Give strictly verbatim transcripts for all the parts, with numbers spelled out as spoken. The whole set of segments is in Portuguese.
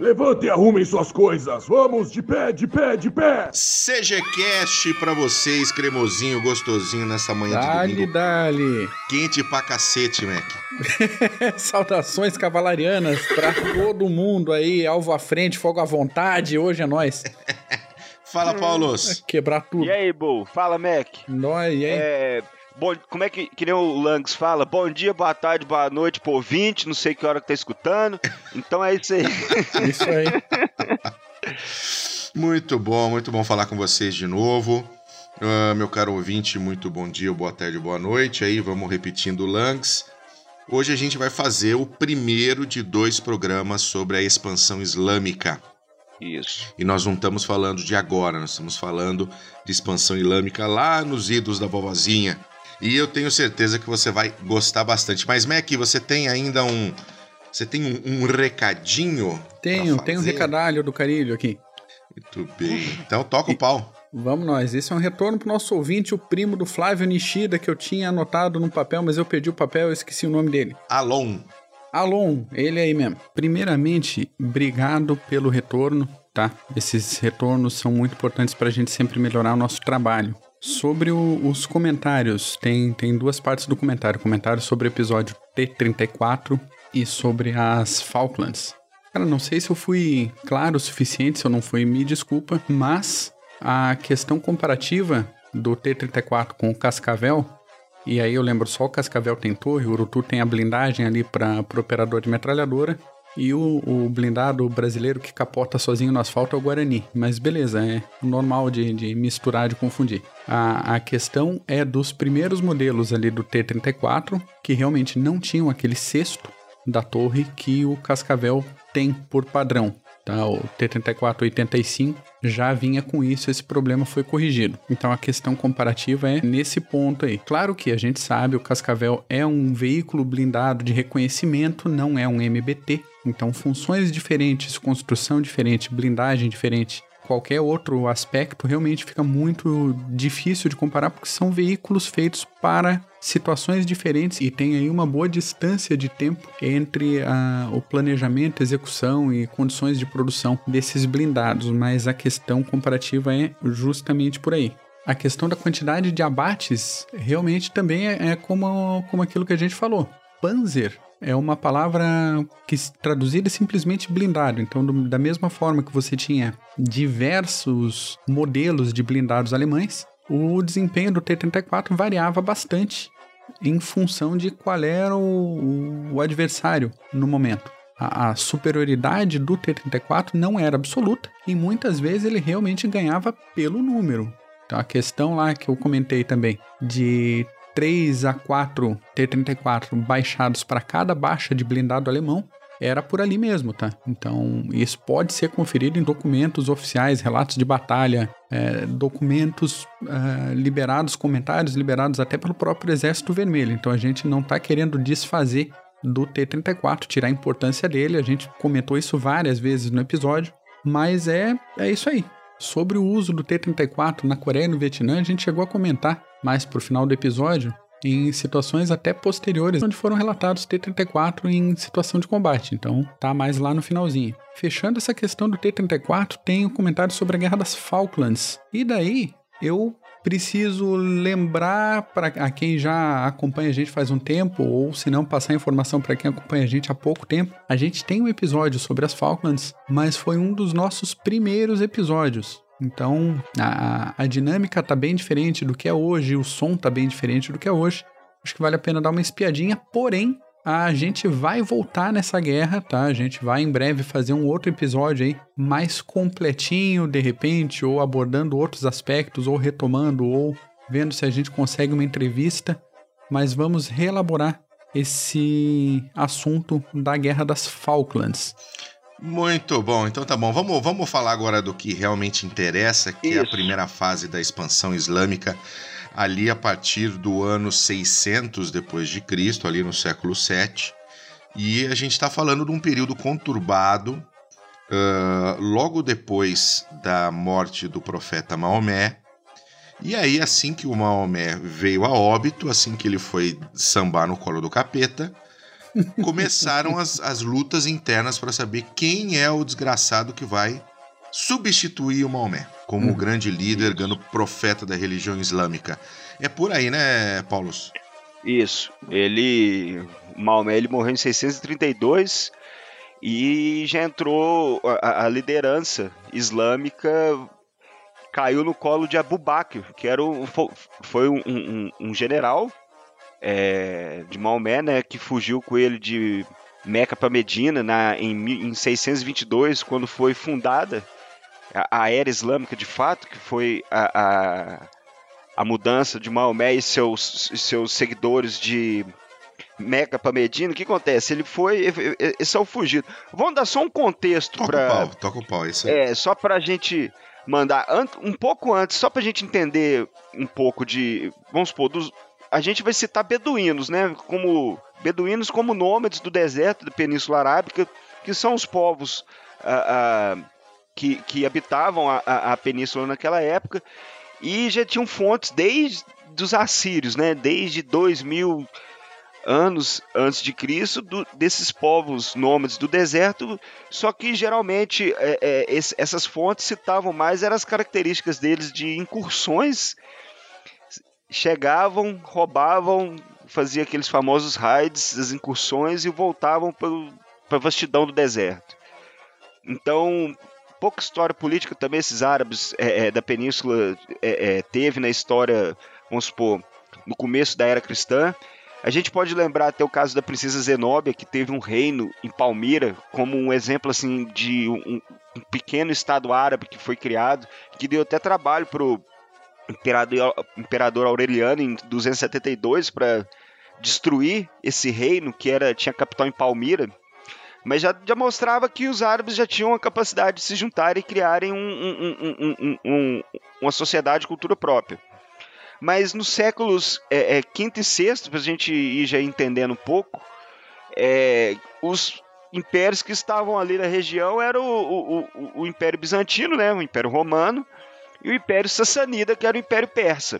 Levantem e arrumem suas coisas. Vamos, de pé, de pé, de pé. C G Cast pra vocês, cremosinho, gostosinho nessa manhã dale, de domingo. Dale, dale. Quente pra cacete, Mac. Saudações cavalarianas pra todo mundo aí, alvo à frente, fogo à vontade, hoje é nóis. Fala, Paulos. Quebrar tudo. E aí, Bo? Fala, Mac. Nós, e aí? É... Bom, como é que, que nem o Langs fala? Bom dia, boa tarde, boa noite pro ouvinte, não sei que hora que tá escutando. Então é isso aí. Isso aí. Muito bom, muito bom falar com vocês de novo. Uh, meu caro ouvinte, muito bom dia, boa tarde, boa noite. Aí vamos repetindo o Langs. Hoje a gente vai fazer o primeiro de dois programas sobre a expansão islâmica. Isso. E nós não estamos falando de agora, nós estamos falando de expansão islâmica lá nos idos da vovozinha. E eu tenho certeza que você vai gostar bastante. Mas, Mac, você tem ainda um... Você tem um, um recadinho? Tenho, tenho um recadalho do Carilho aqui. Muito bem. Então toca o pau. Vamos nós. Esse é um retorno pro nosso ouvinte, o primo do Flávio Nishida, que eu tinha anotado no papel, mas eu perdi o papel e esqueci o nome dele. Alon. Alon, ele aí mesmo. Primeiramente, obrigado pelo retorno, tá? Esses retornos são muito importantes pra gente sempre melhorar o nosso trabalho. Sobre o, os comentários, tem, tem duas partes do comentário. Comentário sobre o episódio T trinta e quatro e sobre as Falklands. Cara, não sei se eu fui claro o suficiente, se eu não fui, me desculpa, mas a questão comparativa do T trinta e quatro com o Cascavel, e aí eu lembro só o Cascavel tem torre, o Urutu tem a blindagem ali para o operador de metralhadora, e o, o blindado brasileiro que capota sozinho no asfalto é o Guarani. Mas beleza, é normal de, de misturar, de confundir. A, a questão é dos primeiros modelos ali do T trinta e quatro, que realmente não tinham aquele cesto da torre que o Cascavel tem por padrão. Tá, o T trinta e quatro oitenta e cinco já vinha com isso, esse problema foi corrigido. Então a questão comparativa é nesse ponto aí. Claro que a gente sabe, o Cascavel é um veículo blindado de reconhecimento, não é um M B T. Então funções diferentes, construção diferente, blindagem diferente, qualquer outro aspecto realmente fica muito difícil de comparar, porque são veículos feitos para situações diferentes e tem aí uma boa distância de tempo entre a, o planejamento, execução e condições de produção desses blindados, mas a questão comparativa é justamente por aí. A questão da quantidade de abates realmente também é, é como, como aquilo que a gente falou. Panzer é uma palavra que traduzida é simplesmente blindado. Então, do, da mesma forma que você tinha diversos modelos de blindados alemães, o desempenho do T trinta e quatro variava bastante em função de qual era o, o adversário no momento. A, a superioridade do T trinta e quatro não era absoluta e muitas vezes ele realmente ganhava pelo número. Então, a questão lá que eu comentei também de três a quatro T trinta e quatro baixados para cada baixa de blindado alemão, era por ali mesmo, tá? Então, isso pode ser conferido em documentos oficiais, relatos de batalha, é, documentos é, liberados, comentários liberados até pelo próprio Exército Vermelho. Então, a gente não está querendo desfazer do T trinta e quatro, tirar a importância dele, a gente comentou isso várias vezes no episódio, mas é, é isso aí. Sobre o uso do T trinta e quatro na Coreia e no Vietnã, a gente chegou a comentar mais pro final do episódio, em situações até posteriores, onde foram relatados T trinta e quatro em situação de combate. Então, tá mais lá no finalzinho. Fechando essa questão do T trinta e quatro, tem um comentário sobre a Guerra das Falklands. E daí, eu preciso lembrar para a quem já acompanha a gente faz um tempo, ou se não, passar informação para quem acompanha a gente há pouco tempo. A gente tem um episódio sobre as Falklands, mas foi um dos nossos primeiros episódios. Então, a, a dinâmica tá bem diferente do que é hoje, o som tá bem diferente do que é hoje. Acho que vale a pena dar uma espiadinha, porém, a gente vai voltar nessa guerra, tá? A gente vai em breve fazer um outro episódio aí, mais completinho, de repente, ou abordando outros aspectos, ou retomando, ou vendo se a gente consegue uma entrevista. Mas vamos reelaborar esse assunto da Guerra das Falklands. Muito bom, então tá bom, vamos, vamos falar agora do que realmente interessa, que Isso. é a primeira fase da expansão islâmica, ali a partir do ano seiscentos depois de Cristo, ali no século sete, e a gente está falando de um período conturbado, uh, logo depois da morte do profeta Maomé, e aí assim que o Maomé veio a óbito, assim que ele foi sambar no colo do capeta, começaram as, as lutas internas para saber quem é o desgraçado que vai substituir o Maomé como Hum. o grande líder, grande profeta da religião islâmica. É por aí, né, Paulus? Isso. Ele. O Maomé ele morreu em seiscentos e trinta e dois e já entrou. A, a liderança islâmica caiu no colo de Abu Bakr, que era o, foi um, um, um general é, de Maomé, né, que fugiu com ele de Meca para Medina na, em, em seiscentos e vinte e dois, quando foi fundada a, a era islâmica de fato, que foi a, a, a mudança de Maomé e seus, seus seguidores de Meca para Medina. O que acontece? Ele foi. Esse é o fugido. Vamos dar só um contexto Toca para. o pau, toca o pau, isso aí. É, só pra gente mandar um pouco antes, só pra gente entender um pouco de. Vamos supor, dos, a gente vai citar beduínos, né? Como. Beduínos como nômades do deserto da Península Arábica, que são os povos ah, ah, que, que habitavam a, a, a península naquela época. E já tinham fontes desde os assírios, né? Desde dois mil anos antes de Cristo, do, desses povos nômades do deserto, só que geralmente é, é, esse, essas fontes citavam mais eram as características deles de incursões, chegavam, roubavam, faziam aqueles famosos raids, as incursões e voltavam para a vastidão do deserto. Então, pouca história política também esses árabes é, é, da península é, é, teve na história, vamos supor, no começo da era cristã. A gente pode lembrar até o caso da princesa Zenóbia, que teve um reino em Palmira, como um exemplo assim, de um, um pequeno estado árabe que foi criado, que deu até trabalho para o imperador, imperador Aureliano em duzentos e setenta e dois para destruir esse reino, que era, tinha capital em Palmira, mas já, já mostrava que os árabes já tinham a capacidade de se juntar e criarem um, um, um, um, um, uma sociedade de cultura própria. Mas nos séculos é, é, quinto e sexto, para a gente ir já entendendo um pouco, é, os impérios que estavam ali na região eram o, o, o, o Império Bizantino, né, o Império Romano, e o Império Sassanida, que era o Império Persa.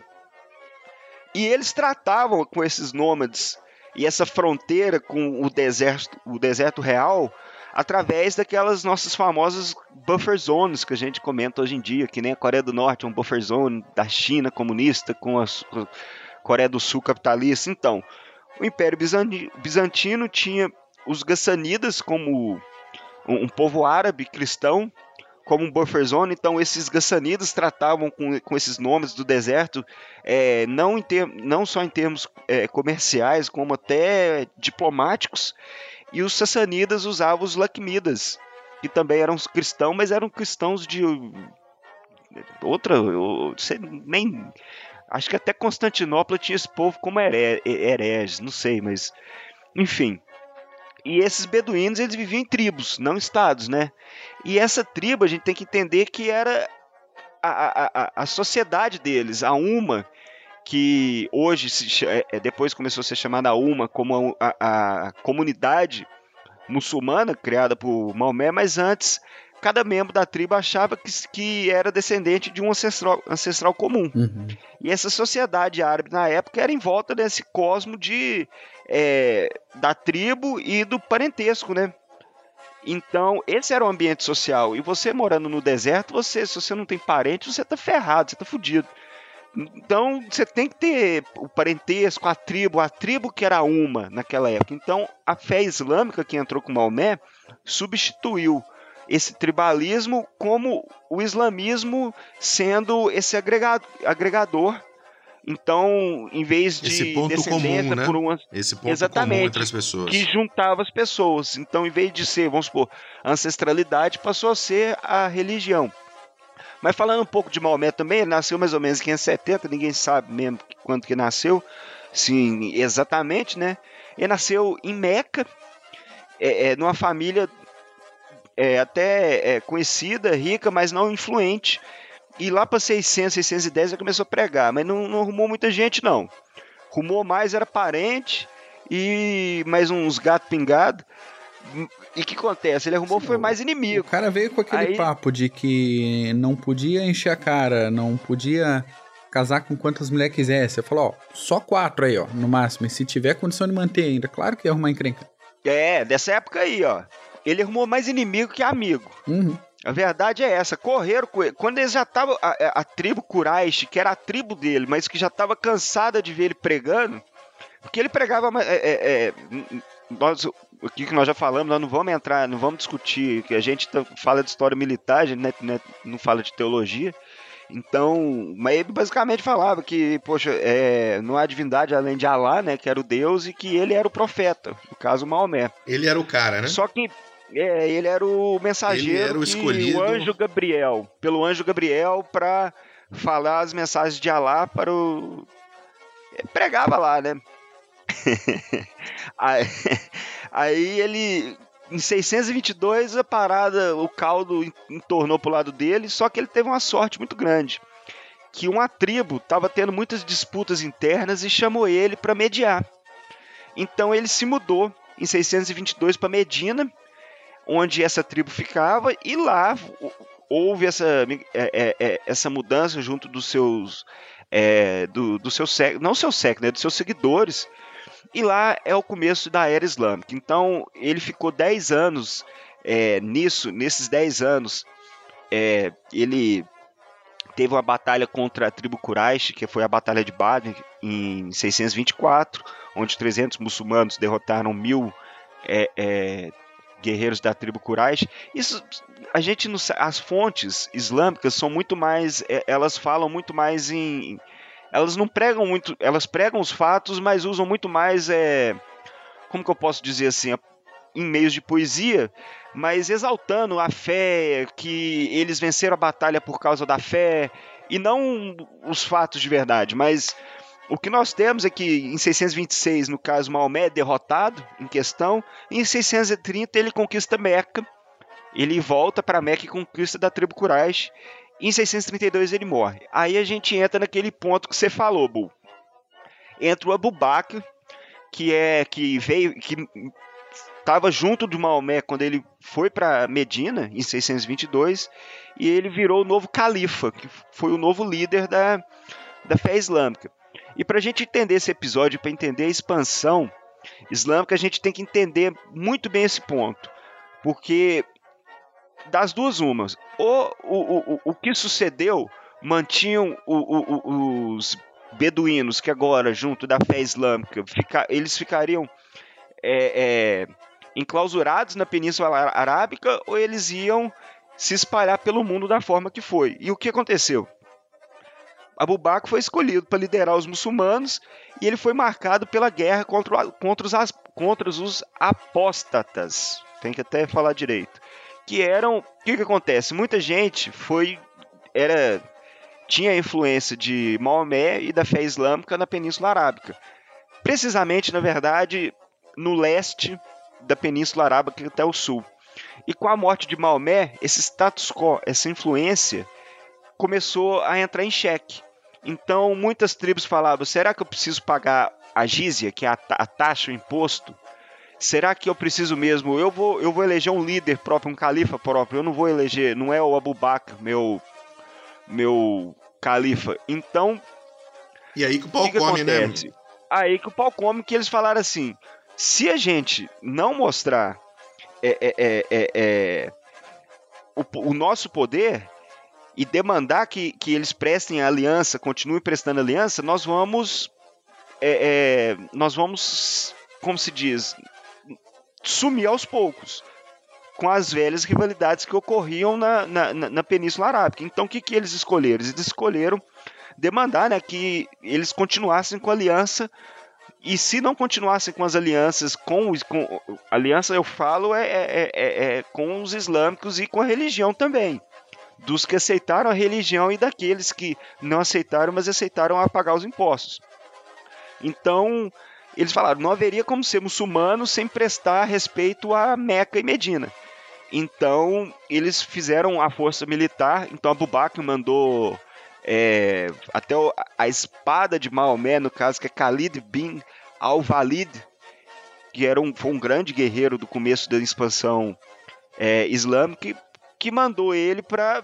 E eles tratavam com esses nômades e essa fronteira com o deserto, o deserto real, através daquelas nossas famosas buffer zones que a gente comenta hoje em dia, que nem a Coreia do Norte é um buffer zone da China comunista com a Coreia do Sul capitalista. Então, o Império Bizantino tinha os Gassanidas como um povo árabe cristão, como um buffer zone. Então esses Gassanidas tratavam com, com esses nomes do deserto, é, não, em ter, não só em termos é, comerciais, como até diplomáticos. E os Sassanidas usavam os Laquimidas, que também eram cristãos, mas eram cristãos de outra, eu, sei, nem, acho que até Constantinopla tinha esse povo como hereges, não sei, mas enfim. E esses beduínos, eles viviam em tribos, não estados, né? E essa tribo, a gente tem que entender que era a, a, a, a sociedade deles, a Umma, que hoje, se, depois começou a ser chamada Umma como a, a, a comunidade muçulmana criada por Maomé, mas antes, cada membro da tribo achava que, que era descendente de um ancestral, ancestral comum. Uhum. E essa sociedade árabe, na época, era em volta desse cosmo de... É, da tribo e do parentesco, né? Então, esse era o ambiente social. E você morando no deserto, você, se você não tem parente, você tá ferrado, você tá fudido. Então, você tem que ter o parentesco, a tribo, a tribo que era uma naquela época. Então, a fé islâmica que entrou com Maomé substituiu esse tribalismo como o islamismo sendo esse agregado, agregador. Então, em vez de esse ponto descendência comum, né? por uma... Esse ponto Exatamente, comum entre as pessoas. Que juntava as pessoas. Então, em vez de ser, vamos supor, ancestralidade, passou a ser a religião. Mas falando um pouco de Maomé também, ele nasceu mais ou menos em quinhentos e setenta, ninguém sabe mesmo quando que nasceu, sim, exatamente, né? Ele nasceu em Meca, é, é, numa família é, até é, conhecida, rica, mas não influente. E lá para seiscentos, seiscentos e dez ele começou a pregar, mas não, não arrumou muita gente, não. Arrumou mais, era parente e mais uns gatos pingados. E o que acontece? Ele arrumou, Sim, foi mais inimigo. O cara veio com aquele Aí... papo de que não podia encher a cara, não podia casar com quantas mulheres quisesse. Você falou, ó, só quatro aí, ó, no máximo. E se tiver condição de manter ainda, claro que ia arrumar encrenca. É, dessa época aí, ó. Ele arrumou mais inimigo que amigo. Uhum. A verdade é essa, correram com ele. Quando eles já estavam, a, a, a tribo Quraysh, que era a tribo dele, mas que já estava cansada de ver ele pregando, porque ele pregava... É, é, é, nós, o que nós já falamos, nós não vamos entrar, não vamos discutir, que a gente tá, fala de história militar, a gente né, né, não fala de teologia. Então, mas ele basicamente falava que, poxa, é, não há divindade além de Alá, né, que era o Deus, e que ele era o profeta, no caso Maomé. Ele era o cara, né? Só que é, ele era o mensageiro, ele era o, escolhido... o anjo Gabriel, pelo anjo Gabriel, para falar as mensagens de Alá para o... Ele pregava lá, né? aí, aí ele... Em seiscentos e vinte e dois, a parada, o caldo entornou pro lado dele, só que ele teve uma sorte muito grande, que uma tribo estava tendo muitas disputas internas e chamou ele para mediar. Então ele se mudou em seiscentos e vinte e dois para Medina, onde essa tribo ficava, e lá houve essa, é, é, essa mudança junto dos seus, é, do, do seu século, não seu século, né, dos seus seguidores, e lá é o começo da Era Islâmica. Então ele ficou dez anos é, nisso, nesses dez anos é, ele teve uma batalha contra a tribo Quraysh, que foi a Batalha de Badr, em seiscentos e vinte e quatro, onde trezentos muçulmanos derrotaram mil é, é, guerreiros da tribo Quraysh. Isso, a gente não, as fontes islâmicas são muito mais, elas falam muito mais em, elas não pregam muito, elas pregam os fatos, mas usam muito mais, é, como que eu posso dizer assim, em meios de poesia, mas exaltando a fé, que eles venceram a batalha por causa da fé, e não os fatos de verdade. Mas o que nós temos é que em seiscentos e vinte e seis, no caso, Maomé é derrotado em questão, e em seiscentos e trinta ele conquista Meca, ele volta para Meca e conquista da tribo Quraysh, e em seiscentos e trinta e dois ele morre. Aí a gente entra naquele ponto que você falou, Bu. Entra o Abu Bakr, que é que veio, que estava junto do Maomé quando ele foi para Medina em seiscentos e vinte e dois, e ele virou o novo califa, que foi o novo líder da, da fé islâmica. E para a gente entender esse episódio, para entender a expansão islâmica, a gente tem que entender muito bem esse ponto, porque das duas umas, ou o, o, o que sucedeu mantinham o, o, os beduínos que agora, junto da fé islâmica, fica, eles ficariam é, é, enclausurados na Península Arábica, ou eles iam se espalhar pelo mundo da forma que foi. E o que aconteceu? Abu Bakr foi escolhido para liderar os muçulmanos, e ele foi marcado pela guerra contra, contra, os, contra os apóstatas. Tem que até falar direito. Que eram... O que, que acontece? Muita gente foi... Era... tinha influência de Maomé e da fé islâmica na Península Arábica. Precisamente, na verdade, no leste da Península Arábica até o sul. E com a morte de Maomé, esse status quo, essa influência, começou a entrar em xeque. Então, muitas tribos falavam, será que eu preciso pagar a jizya, que é a, a taxa, o imposto? Será que eu preciso mesmo? Eu vou, eu vou eleger um líder próprio, um califa próprio. Eu não vou eleger, não é o Abu Bakr, meu, meu califa. Então, e aí que o pau que que come, acontece? né? Aí que o pau come, que eles falaram assim, se a gente não mostrar é, é, é, é, é, o, o nosso poder e demandar que, que eles prestem aliança, continuem prestando aliança, nós vamos, é, é, nós vamos, como se diz, sumir aos poucos com as velhas rivalidades que ocorriam na, na, na Península Arábica. Então, o que, que eles escolheram? Eles escolheram demandar, né, que eles continuassem com a aliança, e se não continuassem com as alianças, com, com aliança eu falo é, é, é, é com os islâmicos e com a religião também, dos que aceitaram a religião e daqueles que não aceitaram, mas aceitaram a pagar os impostos. Então, eles falaram, não haveria como ser muçulmano sem prestar respeito a Meca e Medina. Então, eles fizeram a força militar. Então, Abu Bakr mandou é, até o, a espada de Maomé, no caso, que é Khalid bin al-Walid, que era um, foi um grande guerreiro do começo da expansão é, islâmica, que, que mandou ele para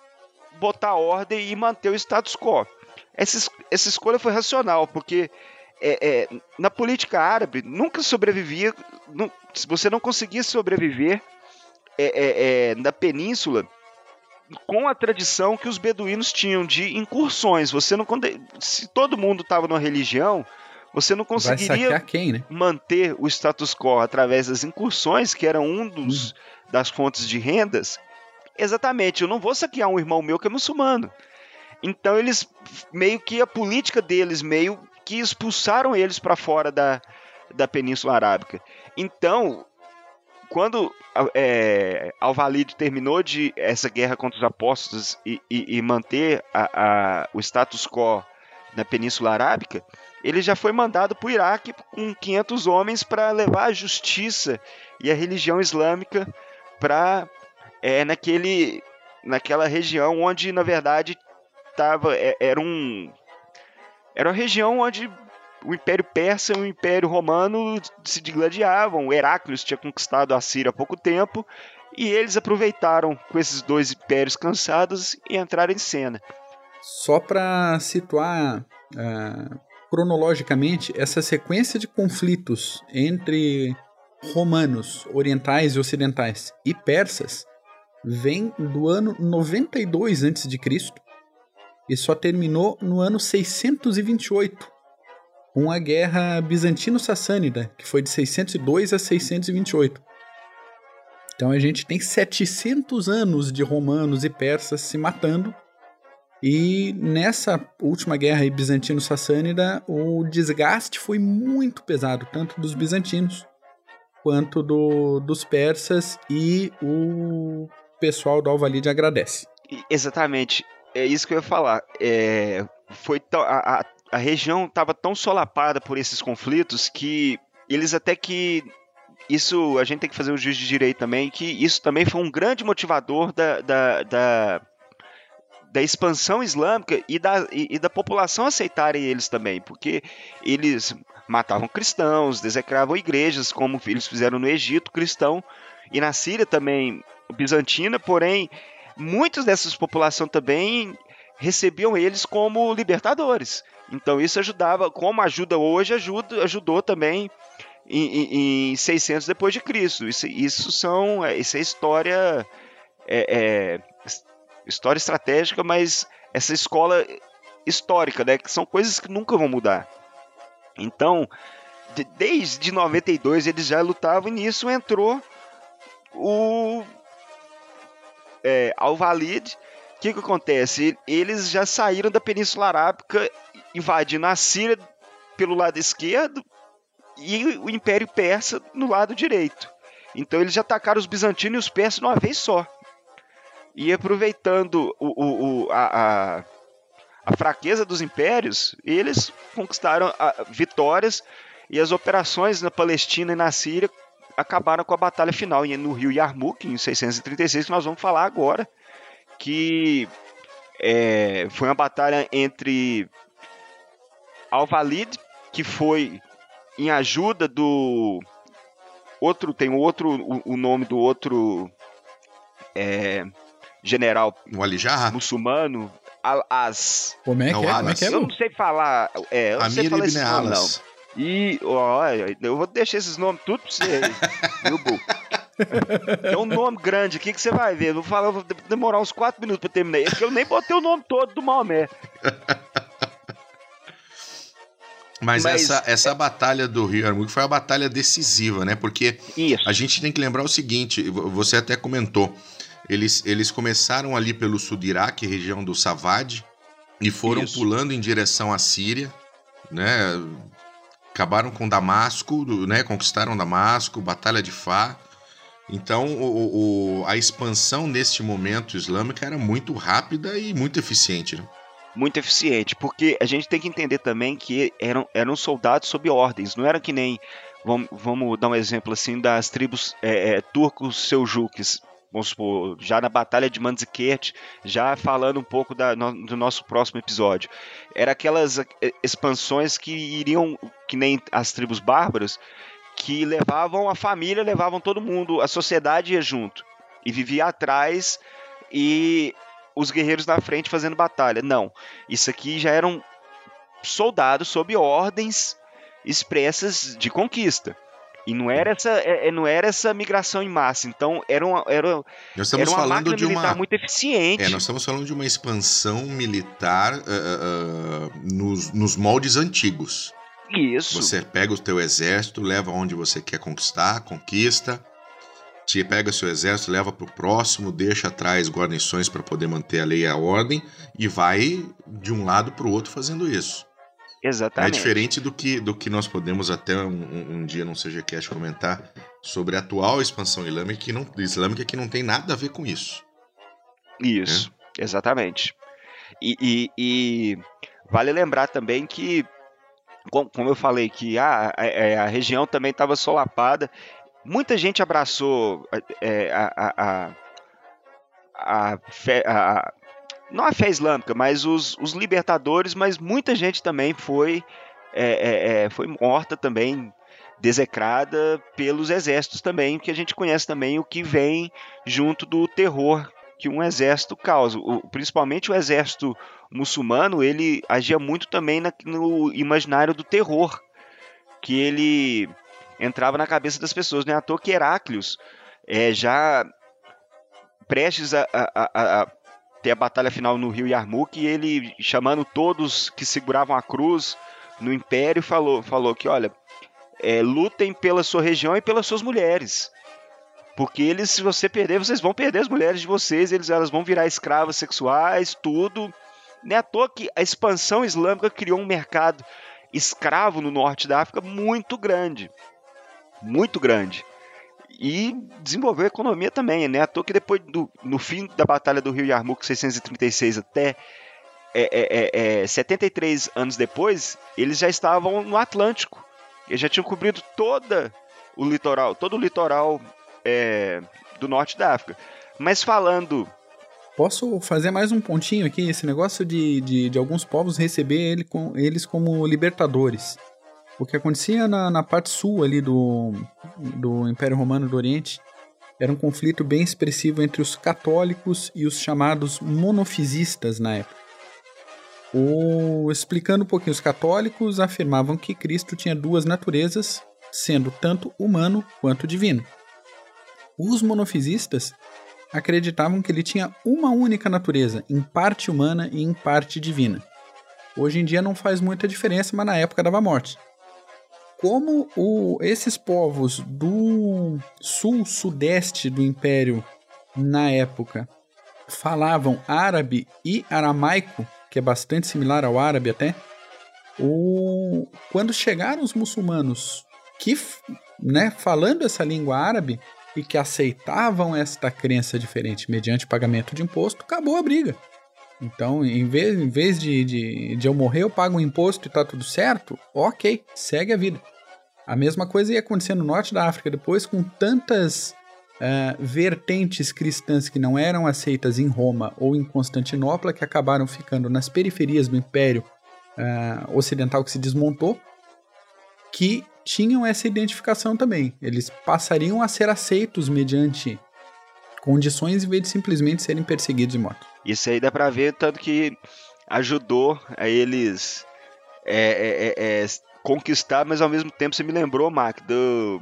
botar ordem e manter o status quo. Essa, essa escolha foi racional, porque é, é, na política árabe, nunca sobrevivia, não, você não conseguia sobreviver é, é, é, na península com a tradição que os beduínos tinham de incursões. Você não, se todo mundo estava numa religião, você não conseguiria quem, né? manter o status quo através das incursões, que era um dos, hum. das fontes de rendas. Exatamente, eu não vou saquear um irmão meu que é muçulmano. Então eles, meio que a política deles, meio que expulsaram eles para fora da, da Península Arábica. Então, quando é, Al-Walid terminou de essa guerra contra os apóstolos e, e, e manter a, a, o status quo na Península Arábica, ele já foi mandado para o Iraque com quinhentos homens para levar a justiça e a religião islâmica para é, naquele, naquela região onde, na verdade, tava, é, era, um, era uma região onde o Império Persa e o Império Romano se digladiavam. O Heráclius tinha conquistado a Síria há pouco tempo e eles aproveitaram com esses dois impérios cansados e entraram em cena. Só para situar uh, cronologicamente, essa sequência de conflitos entre romanos, orientais e ocidentais, e persas, vem do ano noventa e dois antes de Cristo e só terminou no ano seiscentos e vinte e oito, com a Guerra Bizantino-Sassânida, que foi de seiscentos e dois a seiscentos e vinte e oito. Então a gente tem setecentos anos de romanos e persas se matando. E nessa última guerra bizantino-sassânida, o desgaste foi muito pesado, tanto dos bizantinos quanto do, dos persas, e o pessoal do Al-Walid agradece. Exatamente, é isso que eu ia falar. É, foi tão, a, a, a região estava tão solapada por esses conflitos que eles até que... Isso a gente tem que fazer um juízo de direito também, que isso também foi um grande motivador da... da, da da expansão islâmica e da, e, e da população aceitarem eles também, porque eles matavam cristãos, desecravam igrejas, como eles fizeram no Egito cristão, e na Síria também bizantina, porém, muitas dessas populações também recebiam eles como libertadores. Então isso ajudava, como ajuda hoje, ajuda, ajudou também em, em, em seiscentos depois de Cristo. Isso, isso, são, isso é história... É, é, história estratégica, mas essa escola histórica, né, que são coisas que nunca vão mudar. Então, de, desde noventa e dois eles já lutavam, e nisso entrou o é, Al-Walid. O que que acontece? Eles já saíram da Península Arábica, invadindo a Síria pelo lado esquerdo e o Império Persa no lado direito. Então eles já atacaram os bizantinos e os persas de uma vez só. E aproveitando o, o, o, a, a, a fraqueza dos impérios, eles conquistaram a, vitórias, e as operações na Palestina e na Síria acabaram com a batalha final no rio Yarmouk, em seiscentos e trinta e seis, que nós vamos falar agora, que é, foi uma batalha entre Al-Walid, que foi em ajuda do outro, tem outro, o, o nome do outro é, general muçulmano, Al-Az. Como é que é? Como é que é? Eu não sei falar, é, eu não sei falar esse nome, não. E, ó, eu vou deixar esses nomes tudo pra você aí, viu, Bu? Tem um nome grande aqui que você vai ver. Eu vou falar, vou demorar uns quatro minutos pra terminar. Esse que eu nem botei o nome todo do Maomé. Mas, Mas essa, essa é... batalha do rio Yarmouk foi a batalha decisiva, né? Porque Isso. a gente tem que lembrar o seguinte, você até comentou, eles, eles começaram ali pelo sul do Iraque, região do Savad, e foram Isso. pulando em direção à Síria, né? Acabaram com Damasco, né? Conquistaram Damasco, Batalha de Fá. Então, o, o, a expansão neste momento islâmica era muito rápida e muito eficiente, né? Muito eficiente, porque a gente tem que entender também que eram, eram soldados sob ordens, não era que nem, vamos, vamos dar um exemplo assim, das tribos é, é, turcos seljuques, vamos supor, já na Batalha de Manzikert, já falando um pouco da, no, do nosso próximo episódio. Era aquelas expansões que iriam, que nem as tribos bárbaras, que levavam a família, levavam todo mundo, a sociedade ia junto, e vivia atrás, e os guerreiros na frente fazendo batalha. Não, isso aqui já eram soldados sob ordens expressas de conquista. E não era essa, é, não era essa migração em massa. Então, era uma, era, nós estamos era uma falando máquina de uma militar muito eficiente. É, nós estamos falando de uma expansão militar uh, uh, nos, nos moldes antigos. Isso. Você pega o teu exército, leva onde você quer conquistar, conquista. Você pega o seu exército, leva para o próximo, deixa atrás guarnições para poder manter a lei e a ordem e vai de um lado para o outro fazendo isso. Exatamente. É diferente do que, do que nós podemos até um, um dia no C G Cast comentar sobre a atual expansão islâmica que, não, islâmica que não tem nada a ver com isso. Isso, é? Exatamente. E, e, e vale lembrar também que, como eu falei, que a, a, a região também estava solapada. Muita gente abraçou é, a, a, a, a, fé, a não a fé islâmica, mas os, os libertadores, mas muita gente também foi, é, é, foi morta também, desecrada pelos exércitos também, que a gente conhece também o que vem junto do terror que um exército causa. O, principalmente o exército muçulmano, ele agia muito também na, no imaginário do terror, que ele entrava na cabeça das pessoas. Não é à toa que Heráclios, é, já prestes a, a, a, a ter a batalha final no rio Yarmouk, e ele, chamando todos que seguravam a cruz no Império, falou, falou que, olha, é, lutem pela sua região e pelas suas mulheres. Porque eles, se você perder, vocês vão perder as mulheres de vocês, eles, elas vão virar escravas sexuais, tudo. Não é à toa que a expansão islâmica criou um mercado escravo no norte da África muito grande. Muito grande. E desenvolveu a economia também, né? À toa que depois, do, no fim da Batalha do Rio Yarmouk, seiscentos e trinta e seis até é, é, é, setenta e três anos depois, eles já estavam no Atlântico. Eles já tinham cobrido toda o litoral, todo o litoral é, do norte da África. Mas falando... Posso fazer mais um pontinho aqui? Esse negócio de, de, de alguns povos receber ele com, eles como libertadores. O que acontecia na, na parte sul ali do, do Império Romano do Oriente era um conflito bem expressivo entre os católicos e os chamados monofisistas na época. O, explicando um pouquinho, os católicos afirmavam que Cristo tinha duas naturezas, sendo tanto humano quanto divino. Os monofisistas acreditavam que ele tinha uma única natureza, em parte humana e em parte divina. Hoje em dia não faz muita diferença, mas na época dava morte. Como o, esses povos do sul-sudeste do Império, na época, falavam árabe e aramaico, que é bastante similar ao árabe até, o, quando chegaram os muçulmanos que, né, falando essa língua árabe e que aceitavam esta crença diferente mediante pagamento de imposto, acabou a briga. Então, em vez, em vez de, de, de eu morrer, eu pago um imposto e tá tudo certo, ok, segue a vida. A mesma coisa ia acontecer no norte da África depois, com tantas uh, vertentes cristãs que não eram aceitas em Roma ou em Constantinopla, que acabaram ficando nas periferias do Império uh, Ocidental que se desmontou, que tinham essa identificação também. Eles passariam a ser aceitos mediante condições em vez de simplesmente serem perseguidos e mortos. Isso aí dá pra ver, tanto que ajudou a eles é, é, é, conquistar, mas ao mesmo tempo você me lembrou, Mac, do,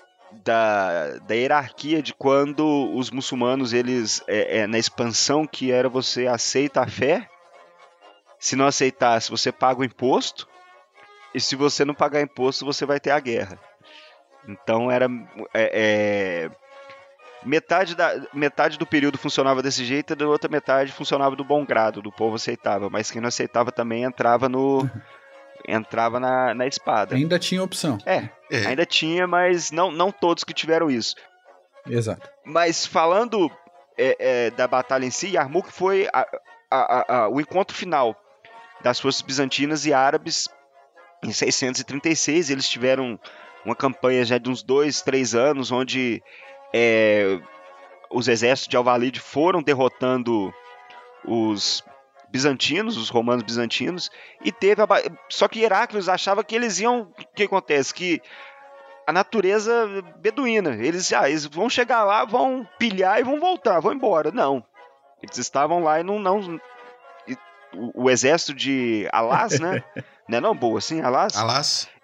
da, da hierarquia de quando os muçulmanos, eles é, é, na expansão que era você aceita a fé, se não aceitasse você paga o imposto, e se você não pagar imposto você vai ter a guerra. Então era... É, é, Metade, da, metade do período funcionava desse jeito, e da outra metade funcionava do bom grado, do povo aceitava, mas quem não aceitava também entrava no entrava na, na espada. Ainda tinha opção. É, É. ainda tinha, mas não, não todos que tiveram isso. Exato. Mas falando é, é, da batalha em si, Yarmouk foi a, a, a, a, o encontro final das forças bizantinas e árabes em seiscentos e trinta e seis. Eles tiveram uma campanha já de uns dois, três anos, onde É, os exércitos de Al-Walid foram derrotando os bizantinos, os romanos bizantinos, e teve a, só que Heráclios achava que eles iam, o que acontece? Que a natureza beduína, eles, ah, eles vão chegar lá, vão pilhar e vão voltar, vão embora. Não, eles estavam lá e não, não o, o exército de Alás, né? Não é não, boa assim, Alás? Alás?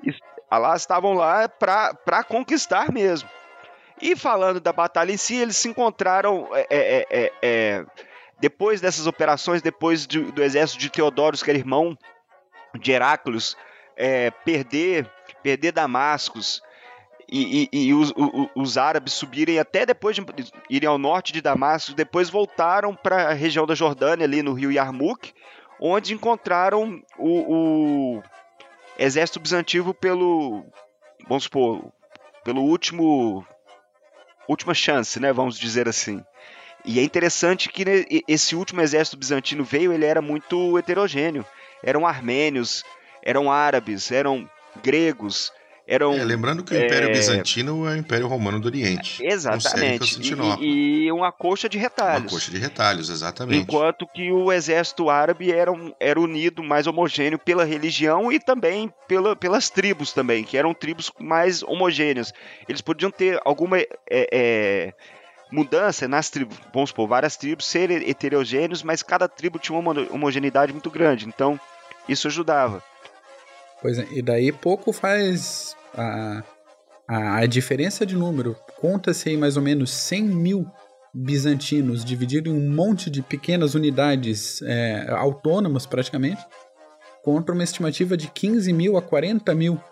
Allah estavam lá para conquistar mesmo. E falando da batalha em si, eles se encontraram, é, é, é, é, depois dessas operações, depois de, do exército de Teodórios, que era irmão de Heráclios, é, perder, perder Damascus, e, e, e os, os, os árabes subirem até depois de irem ao norte de Damasco, depois voltaram para a região da Jordânia, ali no rio Yarmouk, onde encontraram o, o exército bizantino pelo, vamos supor, pelo último... última chance, né, vamos dizer assim. E é interessante que esse último exército bizantino veio, ele era muito heterogêneo. Eram armênios, eram árabes, eram gregos, eram... É, lembrando que o Império é... Bizantino é o Império Romano do Oriente. Exatamente. E, e uma coxa de retalhos. Uma coxa de retalhos, exatamente. Enquanto que o exército árabe era, um, era unido, mais homogêneo pela religião e também pela, pelas tribos também, que eram tribos mais homogêneas. Eles podiam ter alguma é, é, mudança nas tribos, vamos supor, várias tribos serem heterogêneos, mas cada tribo tinha uma homogeneidade muito grande, então isso ajudava. Pois é, e daí pouco faz a, a, a diferença de número. Conta-se aí mais ou menos cem mil bizantinos divididos em um monte de pequenas unidades é, autônomas praticamente, contra uma estimativa de quinze mil a quarenta mil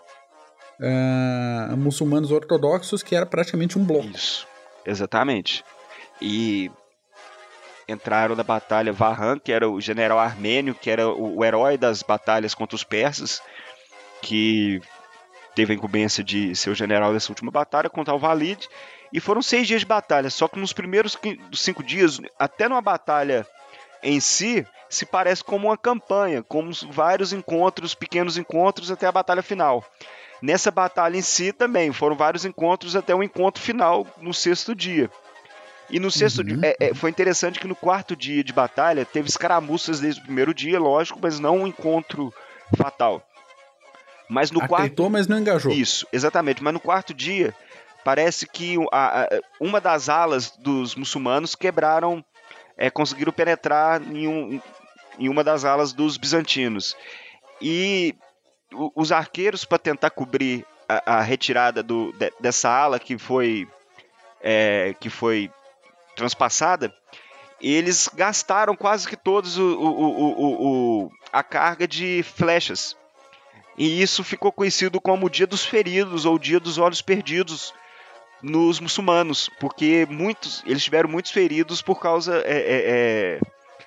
uh, muçulmanos ortodoxos, que era praticamente um bloco. Isso, exatamente. E entraram na batalha Varran, que era o general armênio, que era o, o herói das batalhas contra os persas, que teve a incumbência de ser o general dessa última batalha contra o Valide, e foram seis dias de batalha, só que nos primeiros cinco dias, até numa batalha em si, se parece como uma campanha, como vários encontros, pequenos encontros até a batalha final. Nessa batalha em si também, foram vários encontros até o encontro final no sexto dia. E no sexto uhum. dia, é, é, foi interessante que no quarto dia de batalha, teve escaramuças desde o primeiro dia, lógico, mas não um encontro fatal. Mas no Aceitou, quarto... mas não engajou. Isso, exatamente. Mas no quarto dia, parece que a, a, uma das alas dos muçulmanos quebraram, é, conseguiram penetrar em, um, em uma das alas dos bizantinos. E o, os arqueiros, para tentar cobrir a, a retirada do, de, dessa ala que foi, é, que foi transpassada, eles gastaram quase que todos o, o, o, o, a carga de flechas. E isso ficou conhecido como o Dia dos Feridos ou o Dia dos Olhos Perdidos nos muçulmanos, porque muitos, eles tiveram muitos feridos por causa é, é, é,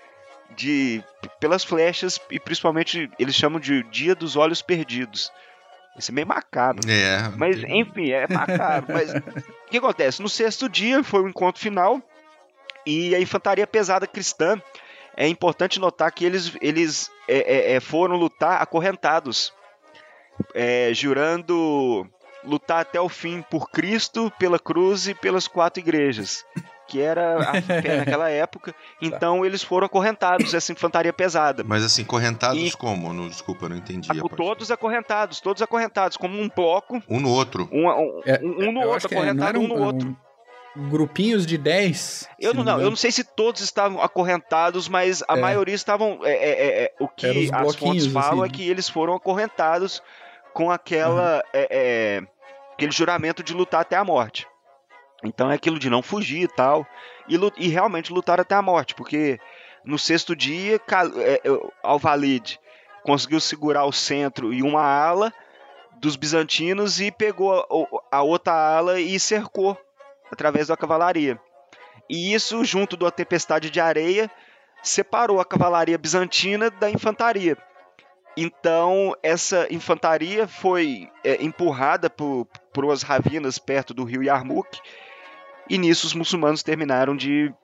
de pelas flechas, e principalmente eles chamam de Dia dos Olhos Perdidos. Isso é meio macabro. É. Mas enfim, é macabro. Mas o que acontece? No sexto dia foi o encontro final e a infantaria pesada cristã. É importante notar que eles, eles é, é, foram lutar acorrentados. É, jurando lutar até o fim por Cristo, pela cruz e pelas quatro igrejas, que era a fé naquela época. Então eles foram acorrentados, essa infantaria pesada. Mas assim, correntados e... como? Não, desculpa, não entendi. A, todos acorrentados, todos acorrentados, como um bloco. Um no outro. Um, um, é, um no outro, acorrentado um no um, outro. Um, grupinhos de dez. Eu não, não, eu não sei se todos estavam acorrentados, mas a é. maioria estavam... É, é, é, o que as fontes falam assim, é que eles foram acorrentados com aquela, uhum. é, é, aquele juramento de lutar até a morte. Então é aquilo de não fugir e tal, e, e realmente lutar até a morte, porque no sexto dia é, Al-Walid conseguiu segurar o centro e uma ala dos bizantinos e pegou a, a outra ala e cercou através da cavalaria. E isso, junto da tempestade de areia, separou a cavalaria bizantina da infantaria. Então, essa infantaria foi é, empurrada por, por umas ravinas perto do rio Yarmouk, e nisso os muçulmanos terminaram de,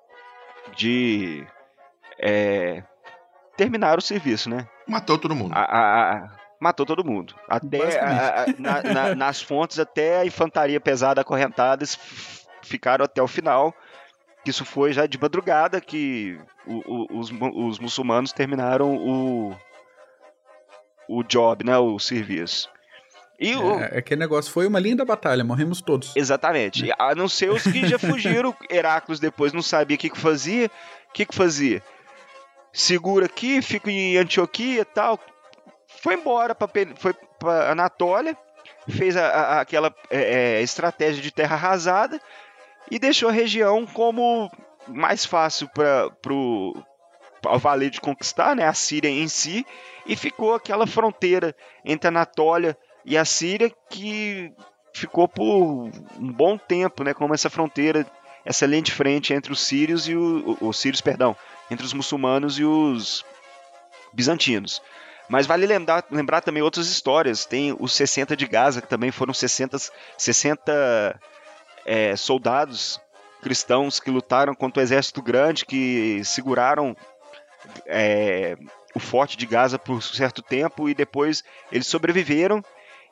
de é, terminar o serviço, né? Matou todo mundo. A, a, a, matou todo mundo. Até a, a, na, na, nas fontes, até a infantaria pesada acorrentada ficaram até o final. Isso foi já de madrugada que o, o, os, os muçulmanos terminaram o o job, né, o serviço. E é, o... aquele negócio foi uma linda batalha, morremos todos. Exatamente. Né? A não ser os que já fugiram, Heráclios depois não sabia o que que fazia. O que que fazia? Segura aqui, fica em Antioquia e tal. Foi embora, pra, foi para Anatólia, fez a, a, aquela é, é, estratégia de terra arrasada e deixou a região como mais fácil para o valer de conquistar, né, a Síria em si, e ficou aquela fronteira entre a Anatólia e a Síria que ficou por um bom tempo, né, como essa fronteira, essa linha de frente entre os sírios e o, os sírios, perdão, entre os muçulmanos e os bizantinos. Mas vale lembrar, lembrar também outras histórias. Tem os sessenta de Gaza, que também foram sessenta, sessenta é, soldados cristãos que lutaram contra o exército grande, que seguraram é, o forte de Gaza por um certo tempo e depois eles sobreviveram.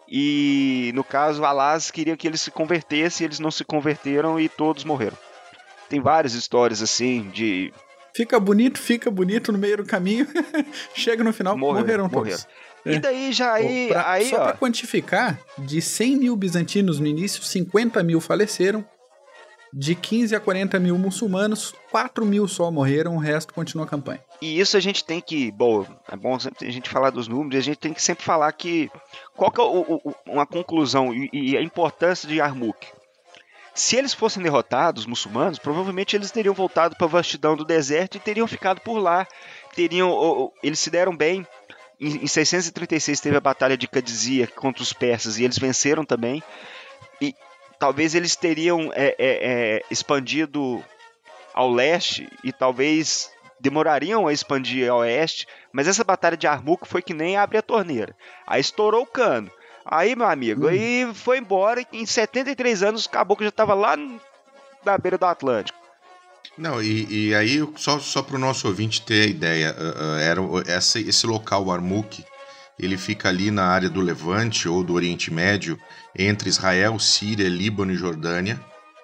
E no caso, Allah queria que eles se convertessem, eles não se converteram e todos morreram. Tem várias histórias assim de... Fica bonito, fica bonito no meio do caminho. Chega no final, morreram, morreram todos. Morreram. É. E daí já aí... Pra, aí só para quantificar, de cem mil bizantinos no início, cinquenta mil faleceram. De quinze a quarenta mil muçulmanos, quatro mil só morreram, o resto continua a campanha. E isso a gente tem que... Bom, é bom sempre a gente falar dos números, e a gente tem que sempre falar que... Qual que é o, o, uma conclusão e, e a importância de Yarmouk? Se eles fossem derrotados, os muçulmanos, provavelmente eles teriam voltado para a vastidão do deserto e teriam ficado por lá. Teriam, eles se deram bem. Em, em seiscentos e trinta e seis teve a Batalha de Qadisiyah contra os persas e eles venceram também. E talvez eles teriam é, é, é, expandido ao leste e talvez demorariam a expandir ao oeste. Mas essa Batalha de Yarmouk foi que nem abre a torneira. Aí estourou o cano. Aí, meu amigo, hum. aí foi embora e em setenta e três anos o caboclo já estava lá na beira do Atlântico. Não, e, e aí, só, só para o nosso ouvinte ter a ideia, uh, era essa, esse local, o Yarmouk, ele fica ali na área do Levante ou do Oriente Médio, entre Israel, Síria, Líbano e Jordânia.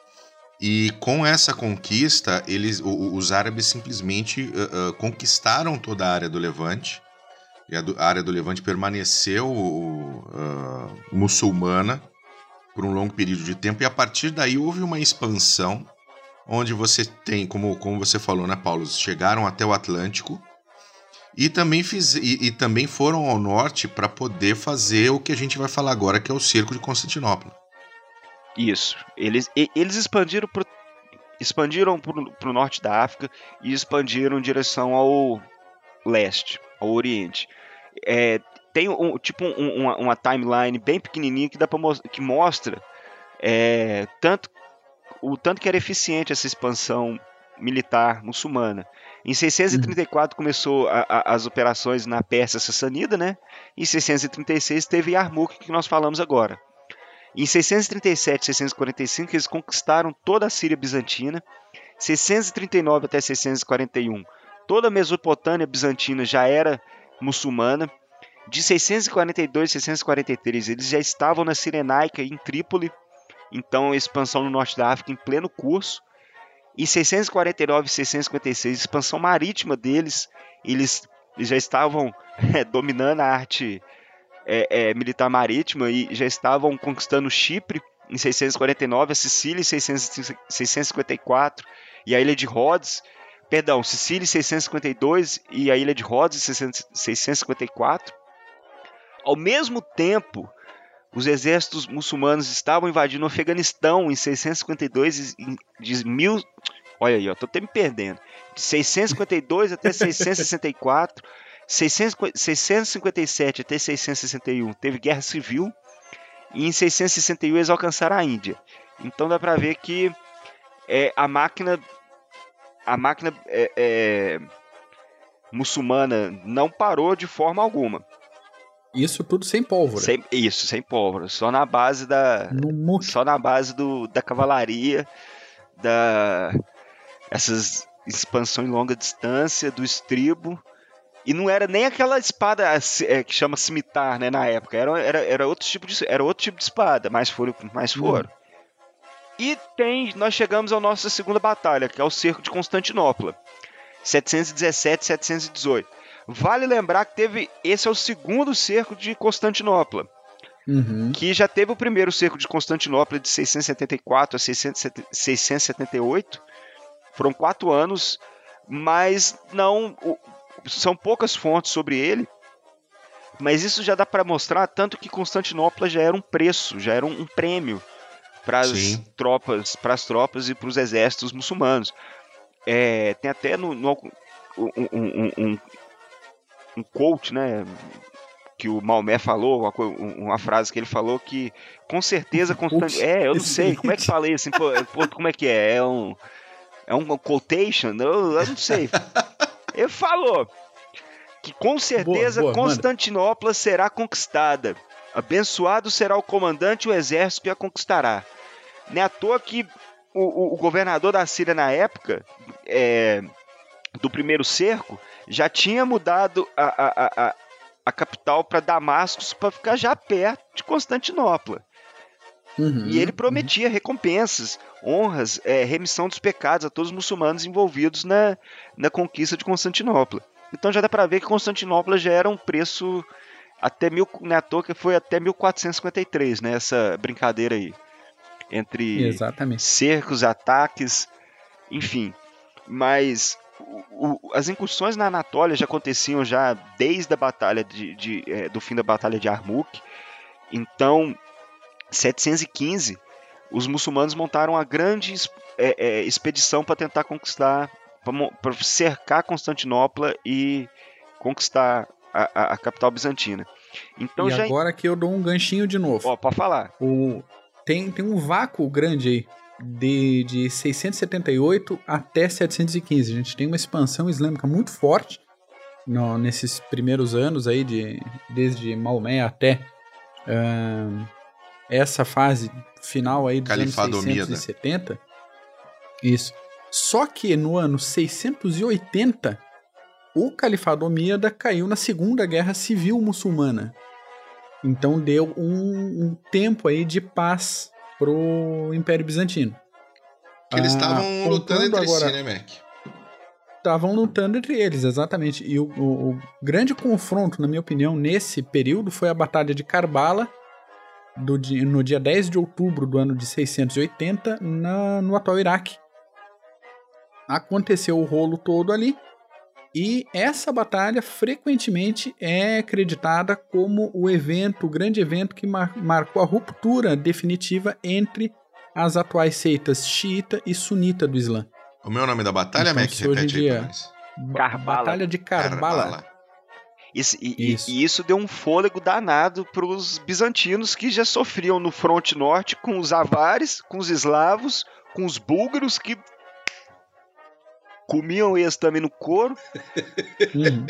E com essa conquista, eles, os árabes simplesmente uh, uh, conquistaram toda a área do Levante. E a, do, a área do Levante permaneceu uh, muçulmana por um longo período de tempo, e a partir daí houve uma expansão, onde você tem, como, como você falou, né, Paulo, chegaram até o Atlântico e também, fiz, e, e também foram ao norte para poder fazer o que a gente vai falar agora, que é o cerco de Constantinopla. Isso, eles, eles expandiram para expandiram o norte da África e expandiram em direção ao leste, ao Oriente. É, tem um, tipo um, uma, uma timeline bem pequenininha que, dá pra, que mostra é, tanto, o tanto que era eficiente essa expansão militar muçulmana. Em seiscentos e trinta e quatro uhum. começou a, a, as operações na Pérsia Sassanida, né? Em seiscentos e trinta e seis teve Yarmouk, que nós falamos agora. Em seiscentos e trinta e sete, seiscentos e quarenta e cinco eles conquistaram toda a Síria bizantina. seiscentos e trinta e nove até seiscentos e quarenta e um toda a Mesopotâmia bizantina já era muçulmana. De seiscentos e quarenta e dois a seiscentos e quarenta e três, eles já estavam na Cirenaica, em Trípoli. Então, a expansão no norte da África em pleno curso. Em seiscentos e quarenta e nove e seiscentos e cinquenta e seis, a expansão marítima deles, eles, eles já estavam é, dominando a arte é, é, militar marítima e já estavam conquistando Chipre em seiscentos e quarenta e nove, a Sicília em seiscentos e cinquenta e quatro e a ilha de Rhodes. Perdão, Sicília em seiscentos e cinquenta e dois e a ilha de Rhodes em seiscentos e cinquenta e quatro. Ao mesmo tempo, os exércitos muçulmanos estavam invadindo o Afeganistão em seiscentos e cinquenta e dois e de mil... Olha aí, estou até me perdendo. De seiscentos e cinquenta e dois até seiscentos e sessenta e quatro, seiscentos e cinquenta e sete até seiscentos e sessenta e um teve guerra civil e em seiscentos e sessenta e um eles alcançaram a Índia. Então dá para ver que é, a máquina a máquina é, é, muçulmana não parou de forma alguma. Isso tudo sem pólvora. Sem, isso, sem pólvora. Só na base da. Só na base do, da cavalaria, da essas expansões em longa distância, do estribo. E não era nem aquela espada é, que chama cimitar, né, na época. Era, era, era, outro tipo de, era outro tipo de espada, mas foram. Mas foram. Hum. E tem, nós chegamos à nossa segunda batalha, que é o cerco de Constantinopla. setecentos e dezessete, setecentos e dezoito. Vale lembrar que teve, esse é o segundo cerco de Constantinopla. Uhum. Que já teve o primeiro cerco de Constantinopla de seiscentos e setenta e quatro a seiscentos e setenta e oito. Foram quatro anos, mas não... São poucas fontes sobre ele, Mas isso já dá para mostrar tanto que Constantinopla já era um preço, já era um, um prêmio para as tropas, para as tropas e para os exércitos muçulmanos. É, tem até no, no um, um, um, um quote, né, que o Maomé falou, uma, uma frase que ele falou que com certeza Constantinopla... É, eu não sei, como é que fala isso? Pô, como é que é? É um, é um quotation? Eu, eu não sei. Ele falou que com certeza boa, boa, Constantinopla manda. será conquistada. Abençoado será o comandante e o exército que a conquistará. Não é à toa que o, o, o governador da Síria na época, é, do primeiro cerco, já tinha mudado a, a, a, a capital para Damasco para ficar já perto de Constantinopla. Uhum, e ele prometia uhum. recompensas, honras, é, remissão dos pecados a todos os muçulmanos envolvidos na, na conquista de Constantinopla. Então já dá para ver que Constantinopla já era um preço até mil, não é à toa que foi até mil quatrocentos e cinquenta e três, né, essa brincadeira aí. Entre Exatamente. cercos, ataques, enfim. Mas o, o, as incursões na Anatólia já aconteciam já desde a batalha de, de, é, do fim da batalha de Armuk. Então, setecentos e quinze, os muçulmanos montaram uma grande é, é, expedição para tentar conquistar, para cercar Constantinopla e conquistar a, a, a capital bizantina. Então, e já... agora que eu dou um ganchinho de novo. Ó, pode falar. O... Tem, tem um vácuo grande aí, de, de seiscentos e setenta e oito até setecentos e quinze. A gente tem uma expansão islâmica muito forte no, nesses primeiros anos aí, de, desde Maomé até uh, essa fase final aí dos Califado anos seiscentos e setenta. Isso. Só que no ano seiscentos e oitenta, o Califado Omíada caiu na Segunda Guerra Civil Muçulmana. Então deu um, um tempo aí de paz pro Império Bizantino. Que eles estavam ah, lutando entre agora, si, né, Mac? Estavam lutando entre eles, exatamente. E o, o, o grande confronto, na minha opinião, nesse período foi a Batalha de Karbala, do, no dia dez de outubro do ano de seiscentos e oitenta, na, no atual Iraque. Aconteceu o rolo todo ali. E essa batalha frequentemente é acreditada como o evento, o grande evento que mar- marcou a ruptura definitiva entre as atuais seitas xiita e sunita do Islã. O meu nome da batalha, então, Mac? Repete aí pra nós. Karbala. Batalha de Karbala. Karbala. Isso, e, isso. e isso deu um fôlego danado para os bizantinos que já sofriam no fronte norte com os avares, com os eslavos, com os búlgaros que comiam eles também no couro. Uhum.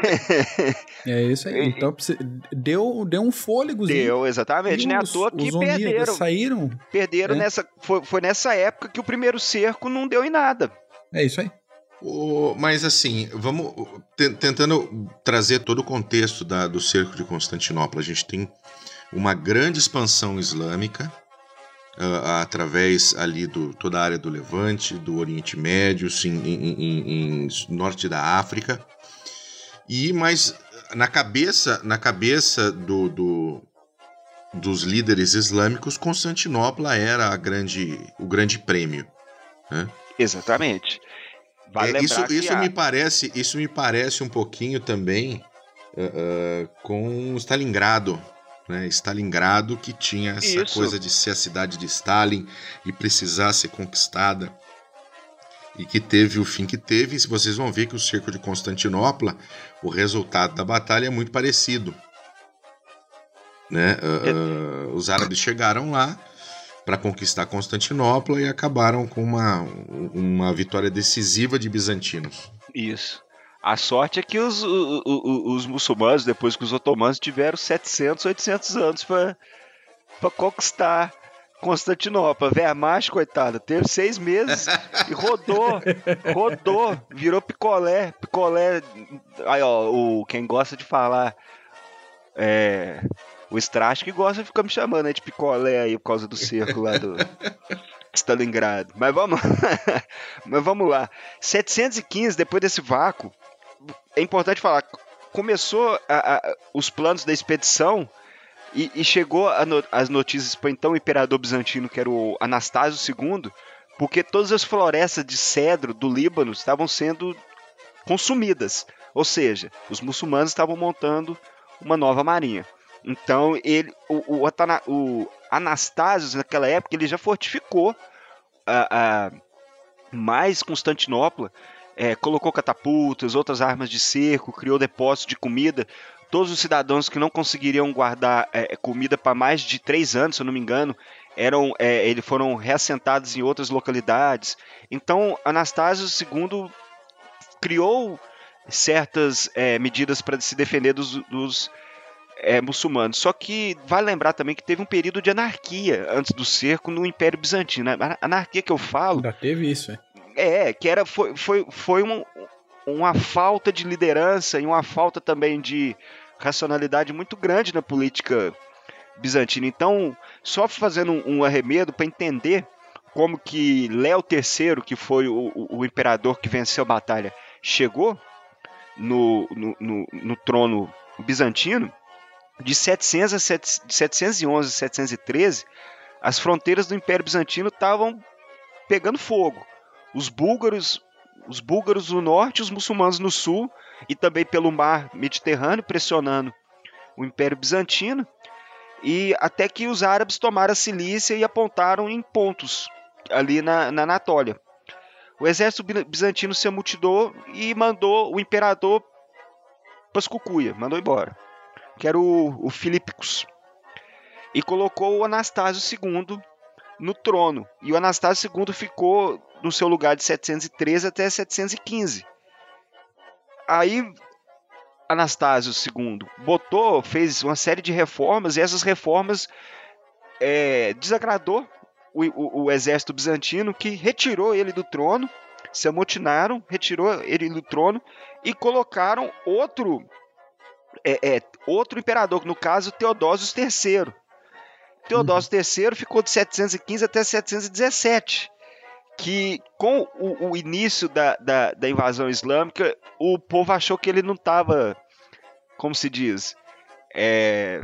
É isso aí. Então deu, deu um fôlegozinho. Deu, exatamente. Não é à toa que perderam. Saíram. Perderam é. nessa. Foi, foi nessa época que o primeiro cerco não deu em nada. É isso aí. O, mas assim, vamos t- tentando trazer todo o contexto da, do cerco de Constantinopla. A gente tem uma grande expansão islâmica. Uh, através ali do toda a área do Levante, do Oriente Médio, sim, em, em, em norte da África, e mas na cabeça na cabeça do, do, dos líderes islâmicos, Constantinopla era a grande, o grande prêmio, né? Exatamente. Vale é, isso isso há... me parece isso me parece um pouquinho também uh, uh, com Stalingrado. Né, Stalingrado, que tinha essa Isso. coisa de ser a cidade de Stalin e precisar ser conquistada, e que teve o fim que teve. E vocês vão ver que o cerco de Constantinopla, o resultado da batalha é muito parecido, né? É. Uh, uh, os árabes chegaram lá para conquistar Constantinopla e acabaram com uma, uma vitória decisiva de bizantinos. Isso. A sorte é que os, os, os muçulmanos, depois que os otomanos, tiveram setecentos, oitocentos anos para conquistar Constantinopla. Wehrmacht, coitada, teve seis meses e rodou, rodou, virou picolé, picolé. Aí, ó, o, quem gosta de falar, é, o Strash que gosta de ficar me chamando aí de picolé aí por causa do cerco lá do Stalingrado. Mas vamos, mas vamos lá. setecentos e quinze, depois desse vácuo, é importante falar, começou a, a, os planos da expedição e, e chegou a no, as notícias para então o imperador bizantino, que era o Anastásio segundo, porque todas as florestas de cedro do Líbano estavam sendo consumidas. Ou seja, os muçulmanos estavam montando uma nova marinha. Então, ele, o, o, Atana, o Anastásios, naquela época, ele já fortificou a, a, mais Constantinopla, é, colocou catapultas, outras armas de cerco, criou depósitos de comida. Todos os cidadãos que não conseguiriam guardar é, comida para mais de três anos, se eu não me engano, eram, é, eles foram reassentados em outras localidades. Então, Anastásios segundo criou certas é, medidas para se defender dos, dos é, muçulmanos. Só que vale lembrar também que teve um período de anarquia antes do cerco no Império Bizantino. A anarquia que eu falo... Ainda teve isso, é? É, que era, foi, foi, foi uma, uma falta de liderança e uma falta também de racionalidade muito grande na política bizantina. Então, só fazendo um, um arremedo para entender como que Léo terceiro, que foi o, o, o imperador que venceu a batalha, chegou no, no, no, no trono bizantino, de, setecentos a setecentos e onze a setecentos e treze, as fronteiras do Império Bizantino estavam pegando fogo. Os búlgaros, os búlgaros no norte, os muçulmanos no sul, e também pelo mar Mediterrâneo, pressionando o Império Bizantino, e até que os árabes tomaram a Cilícia e apontaram em pontos ali na, na Anatólia. O exército bizantino se amotinou e mandou o imperador para as cucuia, mandou embora, que era o, o Filípicos, e colocou o Anastácio segundo no trono. E o Anastácio segundo ficou no seu lugar de setecentos e treze até setecentos e quinze. Aí Anastácio segundo botou, fez uma série de reformas, e essas reformas é, desagradou o, o, o exército bizantino, que retirou ele do trono, se amotinaram, retirou ele do trono e colocaram outro, é, é, outro imperador, no caso Teodósio terceiro. Teodósio terceiro ficou de setecentos e quinze até setecentos e dezessete, que com o, o início da, da, da invasão islâmica, o povo achou que ele não estava, como se diz, é,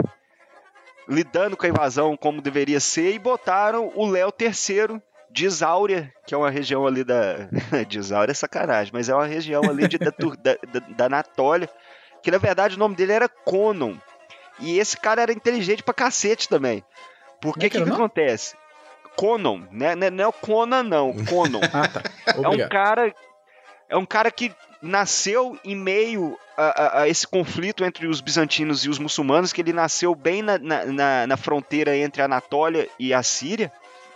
lidando com a invasão como deveria ser, e botaram o Léo terceiro de Isáuria, que é uma região ali da... de Isáuria é sacanagem, mas é uma região ali de, da, da, da Anatólia, que na verdade o nome dele era Conon. E esse cara era inteligente pra cacete também. Porque o que, que, que acontece? Conon, né? Não é o Conan, não. Conon. Ah, tá. É um cara, é um cara que nasceu em meio a, a, a esse conflito entre os bizantinos e os muçulmanos, que ele nasceu bem na, na, na fronteira entre a Anatólia e a Síria.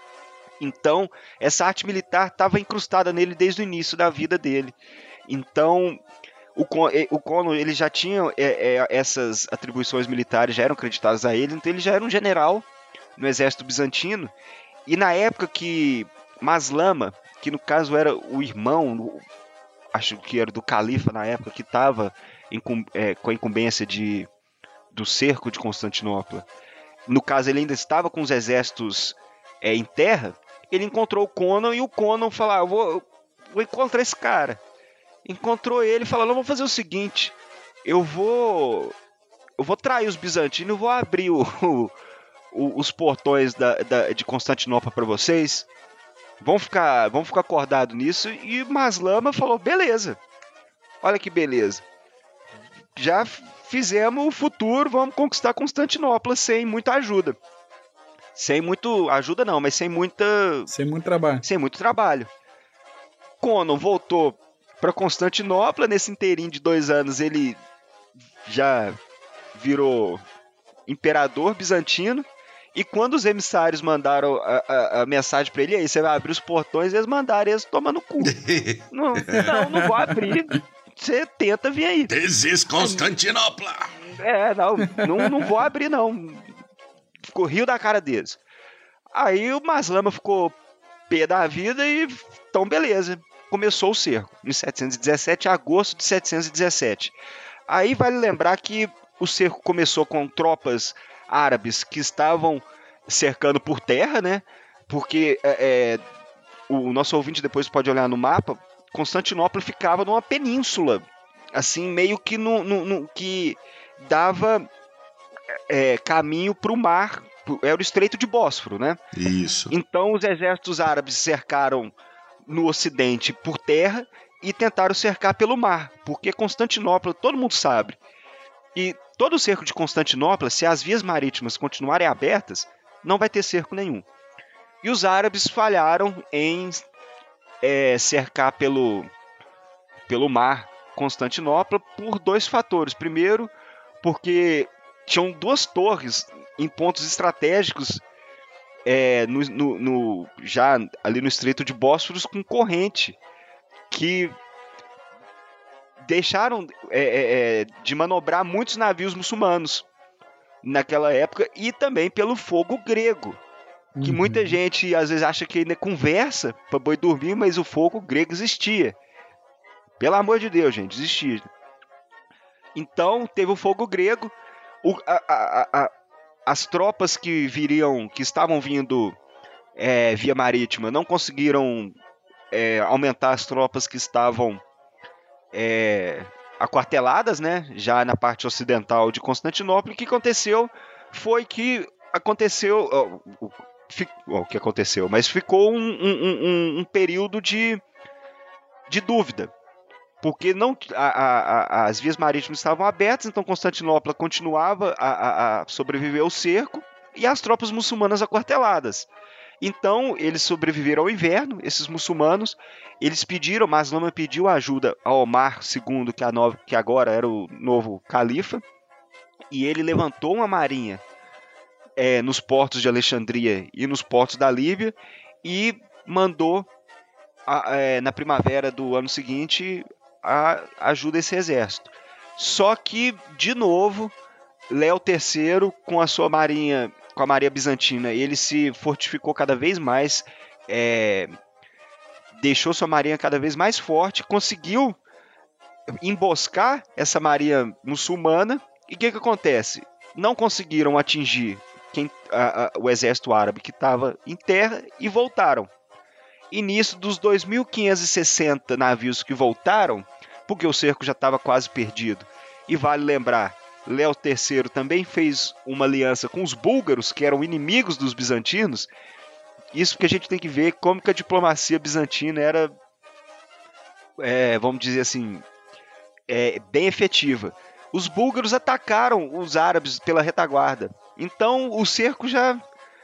Então, essa arte militar estava incrustada nele desde o início da vida dele. Então, o, o Conon, ele já tinha é, é, essas atribuições militares, já eram acreditadas a ele, então ele já era um general no exército bizantino. E na época que Maslama, que no caso era o irmão, acho que era do califa na época, que estava é, com a incumbência de, do cerco de Constantinopla, no caso ele ainda estava com os exércitos é, em terra, ele encontrou o Conon, e o Conon falou, ah, eu vou, vou encontrar esse cara. Encontrou ele e falou, não, vou fazer o seguinte, eu vou eu vou trair os bizantinos, eu vou abrir o, o, o, os portões da, da, de Constantinopla para vocês, vão ficar, vão ficar acordados nisso. E Maslama falou, beleza, olha que beleza, já fizemos o futuro, vamos conquistar Constantinopla sem muita ajuda. Sem muito ajuda não, mas sem muita... Sem muito trabalho. Sem muito trabalho. Conon voltou para Constantinopla, nesse inteirinho de dois anos ele já virou imperador bizantino, e quando os emissários mandaram a, a, a mensagem para ele, aí você vai abrir os portões, eles mandaram eles tomar no cu. não, não, não vou abrir, você tenta vir aí. This is Constantinopla! É, não, não, não vou abrir não. Ficou rio da cara deles. Aí o Maslama ficou pé da vida e então beleza, começou o cerco em setecentos e dezessete, agosto de setecentos e dezessete. Aí vale lembrar que o cerco começou com tropas árabes que estavam cercando por terra, né? Porque é, o nosso ouvinte depois pode olhar no mapa, Constantinopla ficava numa península, assim, meio que no, no, no que dava é, caminho para o mar, era o Estreito de Bósforo, né? Isso. Então os exércitos árabes cercaram no ocidente por terra e tentaram cercar pelo mar, porque Constantinopla, todo mundo sabe, que todo o cerco de Constantinopla, se as vias marítimas continuarem abertas, não vai ter cerco nenhum. E os árabes falharam em é, cercar pelo, pelo mar Constantinopla por dois fatores. Primeiro, porque tinham duas torres em pontos estratégicos é, no, no, no, já ali no Estreito de Bósforos com corrente, que deixaram é, é, de manobrar muitos navios muçulmanos naquela época, e também pelo fogo grego, que uhum. muita gente às vezes acha que ainda conversa para boi dormir, mas o fogo grego existia. Pelo amor de Deus, gente, existia. Então teve o fogo grego, o, a, a, a, as tropas que viriam, que estavam vindo é, via marítima, não conseguiram é, aumentar as tropas que estavam é, aquarteladas, né, já na parte ocidental de Constantinopla. O que aconteceu foi que aconteceu ó, o, ó, o que aconteceu, mas ficou um, um, um, um período de, de dúvida, porque não, a, a, a, as vias marítimas estavam abertas, então Constantinopla continuava a, a, a sobreviver ao cerco e as tropas muçulmanas aquarteladas. Então, eles sobreviveram ao inverno, esses muçulmanos. Eles pediram, Maslama pediu ajuda a Omar segundo, que, a nova, que agora era o novo califa, e ele levantou uma marinha é, nos portos de Alexandria e nos portos da Líbia, e mandou, a, é, na primavera do ano seguinte, a, ajuda a esse exército. Só que, de novo, Léo terceiro, com a sua marinha... com a Maria Bizantina, ele se fortificou cada vez mais, é, deixou sua marinha cada vez mais forte, conseguiu emboscar essa marinha muçulmana, e o que, que acontece? Não conseguiram atingir quem, a, a, o exército árabe que estava em terra e voltaram. E nisso, dos dois mil quinhentos e sessenta navios que voltaram, porque o cerco já estava quase perdido, e vale lembrar, Léo terceiro também fez uma aliança com os búlgaros, que eram inimigos dos bizantinos. Isso que a gente tem que ver como que a diplomacia bizantina era, é, vamos dizer assim, é, bem efetiva. Os búlgaros atacaram os árabes pela retaguarda. Então o cerco já,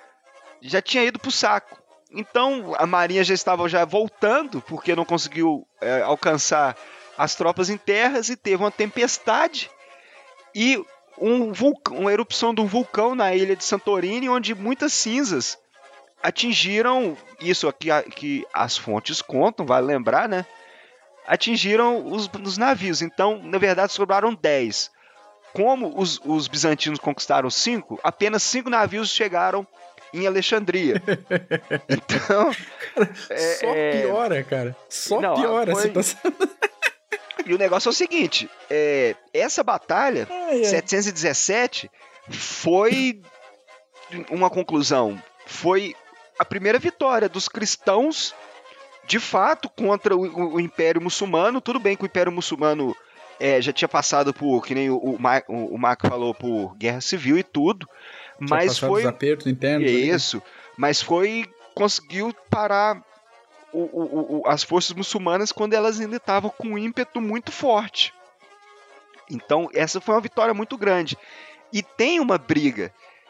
já tinha ido para o saco. Então a marinha já estava já voltando, porque não conseguiu é, alcançar as tropas em terras, e teve uma tempestade. E um vulcão, uma erupção de um vulcão na ilha de Santorini, onde muitas cinzas atingiram, isso aqui que as fontes contam, vale lembrar, né? Atingiram os, os navios. Então, na verdade, sobraram dez. Como os, os bizantinos conquistaram cinco, apenas cinco navios chegaram em Alexandria. Então... Cara, é, só piora, cara. Só não, piora foi... a situação. E o negócio é o seguinte, é, essa batalha, ai, ai. setecentos e dezessete, foi uma conclusão, foi a primeira vitória dos cristãos, de fato, contra o, o Império Muçulmano. Tudo bem que o Império Muçulmano é, já tinha passado por, que nem o, o, o Marco falou, por guerra civil e tudo, tinha mas foi... os apertos internos. Isso, ali. Mas foi, conseguiu parar... O, o, o, as forças muçulmanas quando elas ainda estavam com um ímpeto muito forte. Então essa foi uma vitória muito grande. E tem uma briga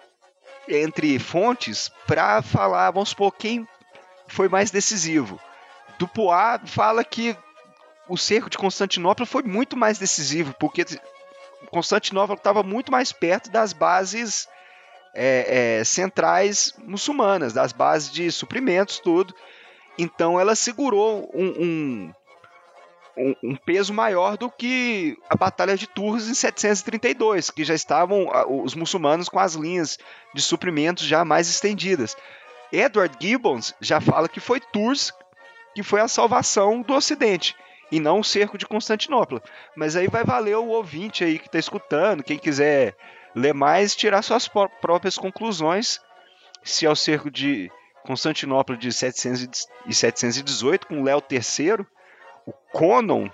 entre fontes para falar, vamos supor, quem foi mais decisivo. Dupuis fala que o cerco de Constantinopla foi muito mais decisivo, porque Constantinopla estava muito mais perto das bases é, é, centrais muçulmanas, das bases de suprimentos, tudo. Então ela segurou um, um, um peso maior do que a Batalha de Tours em setecentos e trinta e dois, que já estavam os muçulmanos com as linhas de suprimentos já mais estendidas. Edward Gibbons já fala que foi Tours que foi a salvação do Ocidente, e não o cerco de Constantinopla. Mas aí vai valer o ouvinte aí que está escutando, quem quiser ler mais, tirar suas próprias conclusões, se é o cerco de Constantinopla de setecentos e dezoito com Léo terceiro, o Conon,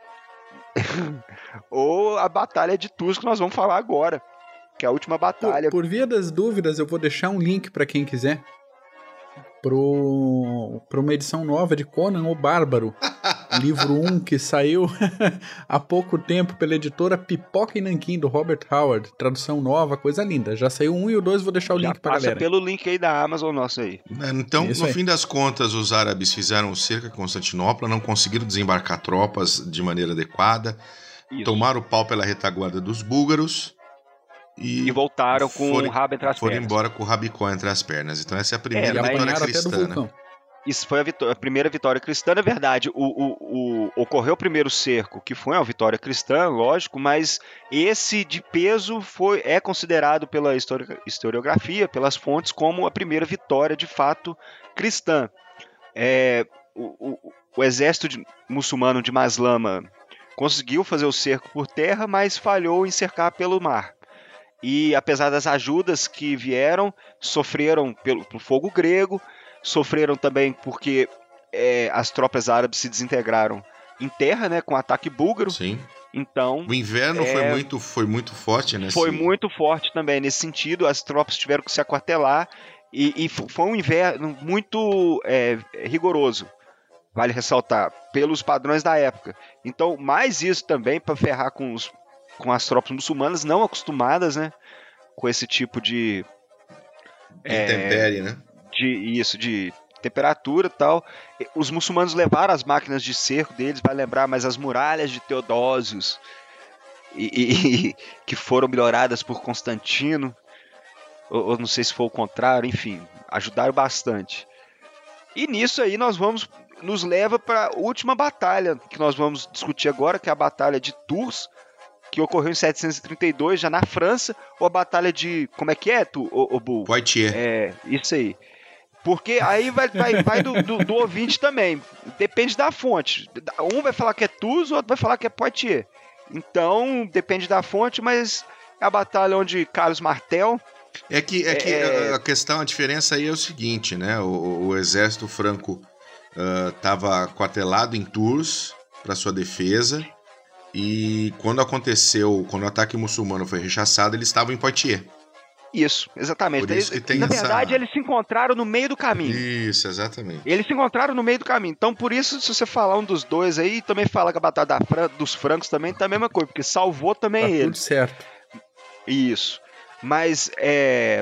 ou a Batalha de Tours, que nós vamos falar agora, que é a última batalha. Por, por via das dúvidas, eu vou deixar um link para quem quiser para uma edição nova de Conan o Bárbaro, livro um que saiu há pouco tempo pela editora Pipoca e Nanquim, do Robert Howard. Tradução nova, coisa linda. Já saiu um e o dois, vou deixar o Já link pra passa galera. pelo link aí da Amazon nosso aí. Então, Isso no aí. fim das contas, os árabes fizeram cerca a Constantinopla, não conseguiram desembarcar tropas de maneira adequada, Isso. tomaram o pau pela retaguarda dos búlgaros e, E voltaram com foram- o rabo entre as foram pernas. embora com o rabicó entre as pernas. Então essa é a primeira É, E mas- vitória apanharam até do cristã, né? vulcão. Isso foi a, vitó- a primeira vitória cristã, na verdade. O, o- o- ocorreu o primeiro cerco, que foi uma vitória cristã, lógico, mas esse de peso foi, é considerado pela histori- historiografia, pelas fontes, como a primeira vitória de fato cristã. É, o, o- o exército de- muçulmano de Maslama conseguiu fazer o cerco por terra, mas falhou em cercar pelo mar. E apesar das ajudas que vieram, sofreram pelo, pelo fogo grego, sofreram também porque é, as tropas árabes se desintegraram em terra, né, com o ataque búlgaro. Sim. Então O inverno É. foi, muito, foi muito forte, né? foi muito forte também nesse sentido. As tropas tiveram que se aquartelar e, e f- foi um inverno muito é, rigoroso, vale ressaltar, pelos padrões da época. Então, mais isso também para ferrar com, os, com as tropas muçulmanas não acostumadas, né, com esse tipo de Intempérie, né? de isso, de temperatura e tal. E os muçulmanos levaram as máquinas de cerco deles, vai lembrar, mas as muralhas de Teodósios, e, e- e- que foram melhoradas por Constantino, ou, ou não sei se foi o contrário, enfim, ajudaram bastante. E nisso aí nós vamos, nos leva para a última batalha que nós vamos discutir agora, que é a Batalha de Tours, que ocorreu em setecentos e trinta e dois, já na França, ou a Batalha de, como é que é, tu, o, o Bull? Poitiers. É, isso aí. Porque aí vai, vai, vai do, do, do ouvinte também. Depende da fonte. Um vai falar que é Tours, o outro vai falar que é Poitiers. Então, depende da fonte, mas é a batalha onde Carlos Martel... É que, é que É- a questão, a diferença aí é o seguinte, né? O, o exército franco estava quartelado em Tours para sua defesa e quando aconteceu, quando o ataque muçulmano foi rechaçado, eles estavam em Poitiers. Isso, exatamente. Por isso que tem Na essa- verdade, eles se encontraram no meio do caminho. Isso, exatamente. Eles se encontraram no meio do caminho. Então, por isso, se você falar um dos dois aí, também fala que a batalha da Fran- dos francos também tá a mesma coisa, porque salvou também Tá eles. tudo certo. Isso. Mas é,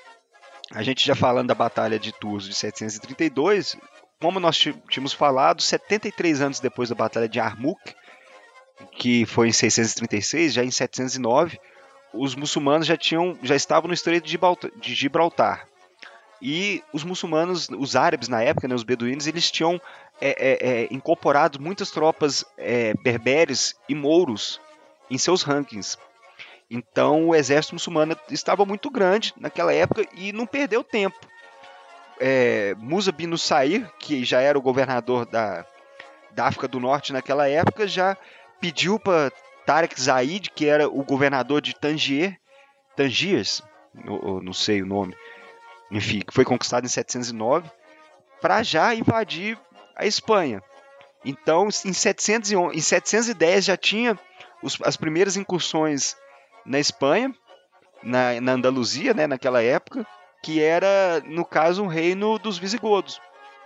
a gente já falando da Batalha de Tours de setecentos e trinta e dois, como nós tí- tínhamos falado, setenta e três anos depois da Batalha de Yarmouk, que foi em seiscentos e trinta e seis, já em setecentos e nove, os muçulmanos já tinham, já estavam no Estreito de Gibraltar, de Gibraltar. E os muçulmanos, os árabes na época, né, os beduínos, eles tinham é, é, é, incorporado muitas tropas é, berberes e mouros em seus rankings. Então o exército muçulmano estava muito grande naquela época e não perdeu tempo. É, Musa bin Nusayr, que já era o governador da, da África do Norte naquela época, já pediu para Tariq Zaid, que era o governador de Tangier, Tangiers, ou, ou não sei o nome, enfim, que foi conquistado em setecentos e nove, para já invadir a Espanha. Então, em, setecentos e onze, em setecentos e dez já tinha os, as primeiras incursões na Espanha, na, na Andaluzia, né, naquela época, que era, no caso, um reino dos visigodos,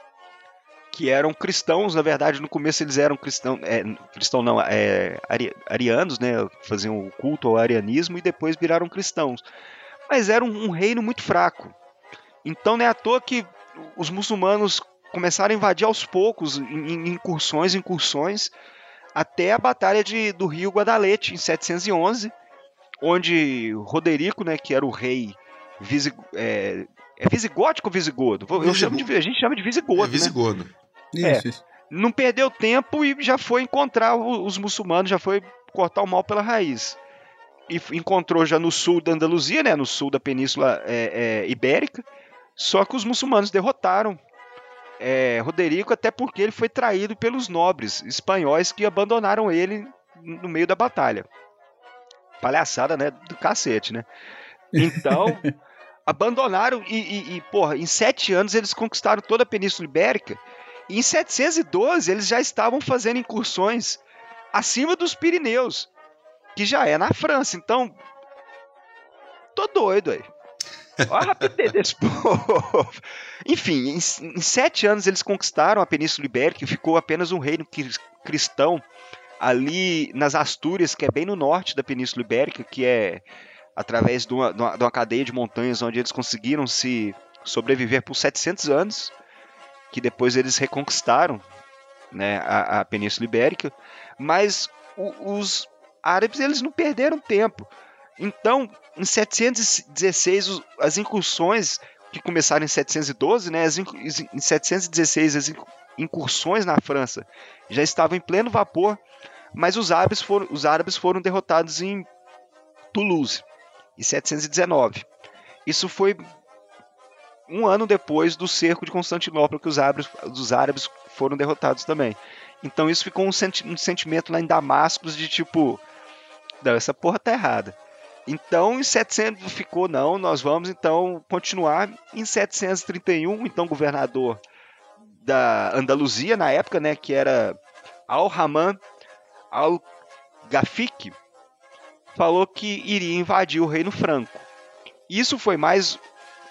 que eram cristãos. Na verdade, no começo eles eram cristãos, é, cristão não, é, ari, arianos, né, faziam o culto ao arianismo e depois viraram cristãos. Mas era um, um reino muito fraco. Então não é à toa que os muçulmanos começaram a invadir aos poucos, em, em incursões, incursões, até a batalha de, do rio Guadalete, em setecentos e onze, onde Roderico, né, que era o rei Visig, é, é visigótico ou visigodo? Eu Visigo- chamo de, a gente chama de visigodo, É né? visigodo. Isso, É. isso. Não perdeu tempo e já foi encontrar o- os muçulmanos, já foi cortar o mal pela raiz. E f- encontrou já no sul da Andaluzia, né, no sul da Península é, é, Ibérica, só que os muçulmanos derrotaram é, Roderico, até porque ele foi traído pelos nobres espanhóis que abandonaram ele no meio da batalha. Palhaçada, né, do cacete, né? Então, abandonaram e, e, e, porra, em sete anos eles conquistaram toda a Península Ibérica. E em setecentos e doze eles já estavam fazendo incursões acima dos Pirineus, que já é na França. Então, tô doido aí. Olha a rapidez desse povo. Enfim, em, em sete anos eles conquistaram a Península Ibérica e ficou apenas um reino cristão ali nas Astúrias, que é bem no norte da Península Ibérica, que é através de uma, de uma cadeia de montanhas onde eles conseguiram se sobreviver por setecentos anos, que depois eles reconquistaram, né, a, a Península Ibérica. Mas o, os árabes eles não perderam tempo. Então, em setecentos e dezesseis, as incursões que começaram em setecentos e doze, né, as, em setecentos e dezesseis as incursões na França já estavam em pleno vapor, mas os árabes foram, os árabes foram derrotados em Toulouse, em setecentos e dezenove. Isso foi um ano depois do cerco de Constantinopla, que os árabes, os árabes foram derrotados também. Então isso ficou um, senti- um sentimento lá em Damasco de tipo, não, essa porra tá errada. Então em setecentos ficou, não, nós vamos então continuar. Em setecentos e trinta e um, então governador da Andaluzia na época, né, que era Al-Rahman Al-Ghafiqi, falou que iria invadir o Reino Franco. Isso foi mais,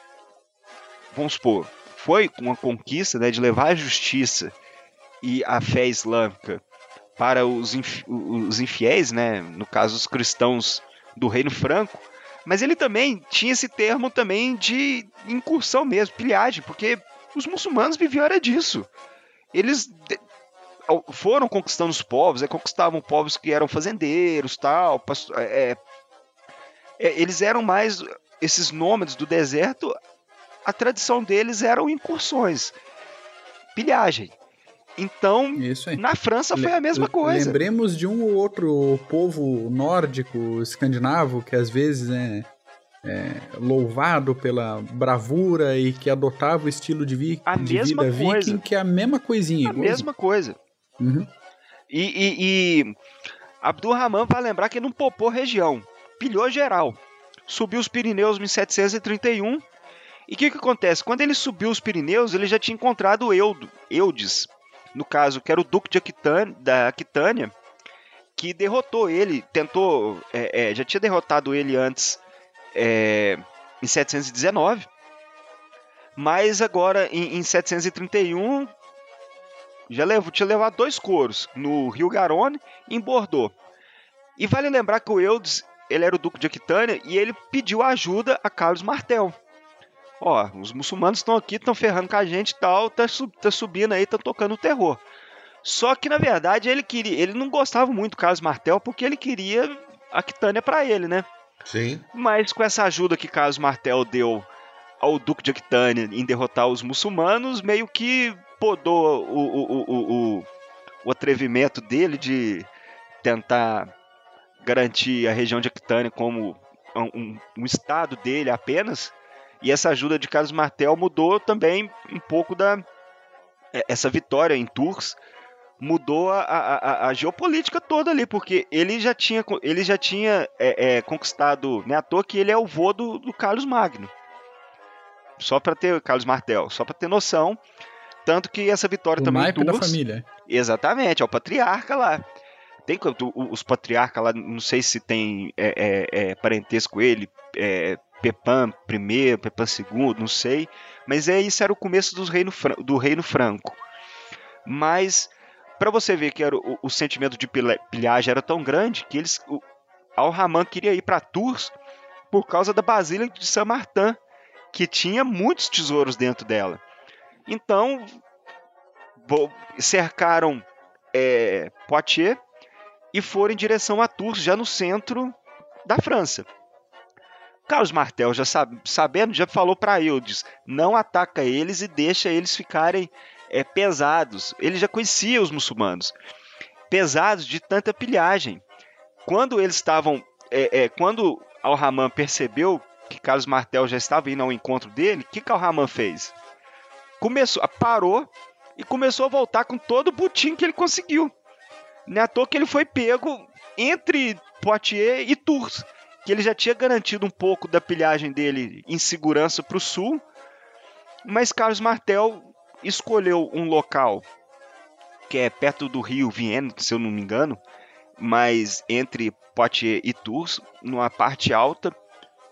vamos supor, foi uma conquista, né, de levar a justiça e a fé islâmica para os, infi- os infiéis, né, no caso os cristãos do Reino Franco, mas ele também tinha esse termo também de incursão mesmo, pilhagem, porque os muçulmanos viviam era disso. Eles de- foram conquistando os povos, é, conquistavam povos que eram fazendeiros, tal, pasto- é, é, eles eram mais esses nômades do deserto. A tradição deles eram incursões, pilhagem. Então, Isso aí. na França foi a mesma Le- coisa. Lembremos de um ou outro povo nórdico, escandinavo, que às vezes é, é louvado pela bravura e que adotava o estilo de, vi A de mesma vida coisa. viking, que é a mesma coisinha. A igualzinho. mesma coisa. Uhum. E, e, e Abdul-Rahman vai lembrar que ele não poupou região, pilhou geral. Subiu os Pirineus em setecentos e trinta e um. E o que, que acontece? Quando ele subiu os Pirineus, ele já tinha encontrado Eudo, Eudes, no caso, que era o Duque de Aquitânia, da Aquitânia, que derrotou ele, tentou, é, é, já tinha derrotado ele antes, é, em setecentos e dezenove, mas agora em, em setecentos e trinta e um já levou, tinha levado dois coros, no Rio Garonne e em Bordeaux. E vale lembrar que o Eudes, ele era o Duque de Aquitânia e ele pediu ajuda a Carlos Martel. Ó, os muçulmanos estão aqui, estão ferrando com a gente e tal, tá, sub, tá subindo aí, tá tocando o terror. Só que, na verdade, ele queria, ele não gostava muito do Carlos Martel, porque ele queria a Aquitânia pra ele, né? Sim. Mas com essa ajuda que Carlos Martel deu ao Duque de Aquitânia em derrotar os muçulmanos, meio que podou o, o, o, o, o atrevimento dele de tentar garantir a região de Aquitânia como um, um, um estado dele apenas. E essa ajuda de Carlos Martel mudou também um pouco da... Essa vitória em Tours mudou a, a, a geopolítica toda ali, porque ele já tinha, ele já tinha é, é, conquistado, não é à toa que ele é o vô do, do Carlos Magno. Só para ter, Carlos Martel, só para ter noção. Tanto que essa vitória O também naipe em Tours... da família. Exatamente, é o patriarca lá. Tem os patriarcas lá, não sei se tem é, é, é, parentesco com ele, é, Pepin primeiro, Pepin segundo, não sei, mas é, isso era o começo do reino, do reino franco. Mas para você ver que era o, o sentimento de pilhagem era tão grande que eles, o Al-Rahman queria ir para Tours por causa da Basílica de Saint-Martin, que tinha muitos tesouros dentro dela. Então cercaram é, Poitiers e foram em direção a Tours, já no centro da França. Carlos Martel, já sabe, sabendo, já falou para Eudes, não ataca eles e deixa eles ficarem é, pesados. Ele já conhecia os muçulmanos, pesados de tanta pilhagem. Quando eles estavam, é, é, quando Al-Rahman percebeu que Carlos Martel já estava indo ao encontro dele, o que que Al-Rahman fez? Começou, parou e começou a voltar com todo o butim que ele conseguiu. Não é à toa que ele foi pego entre Poitiers e Tours, que ele já tinha garantido um pouco da pilhagem dele em segurança para o sul, mas Carlos Martel escolheu um local que é perto do rio Vienne, se eu não me engano, mas entre Poitiers e Tours, numa parte alta,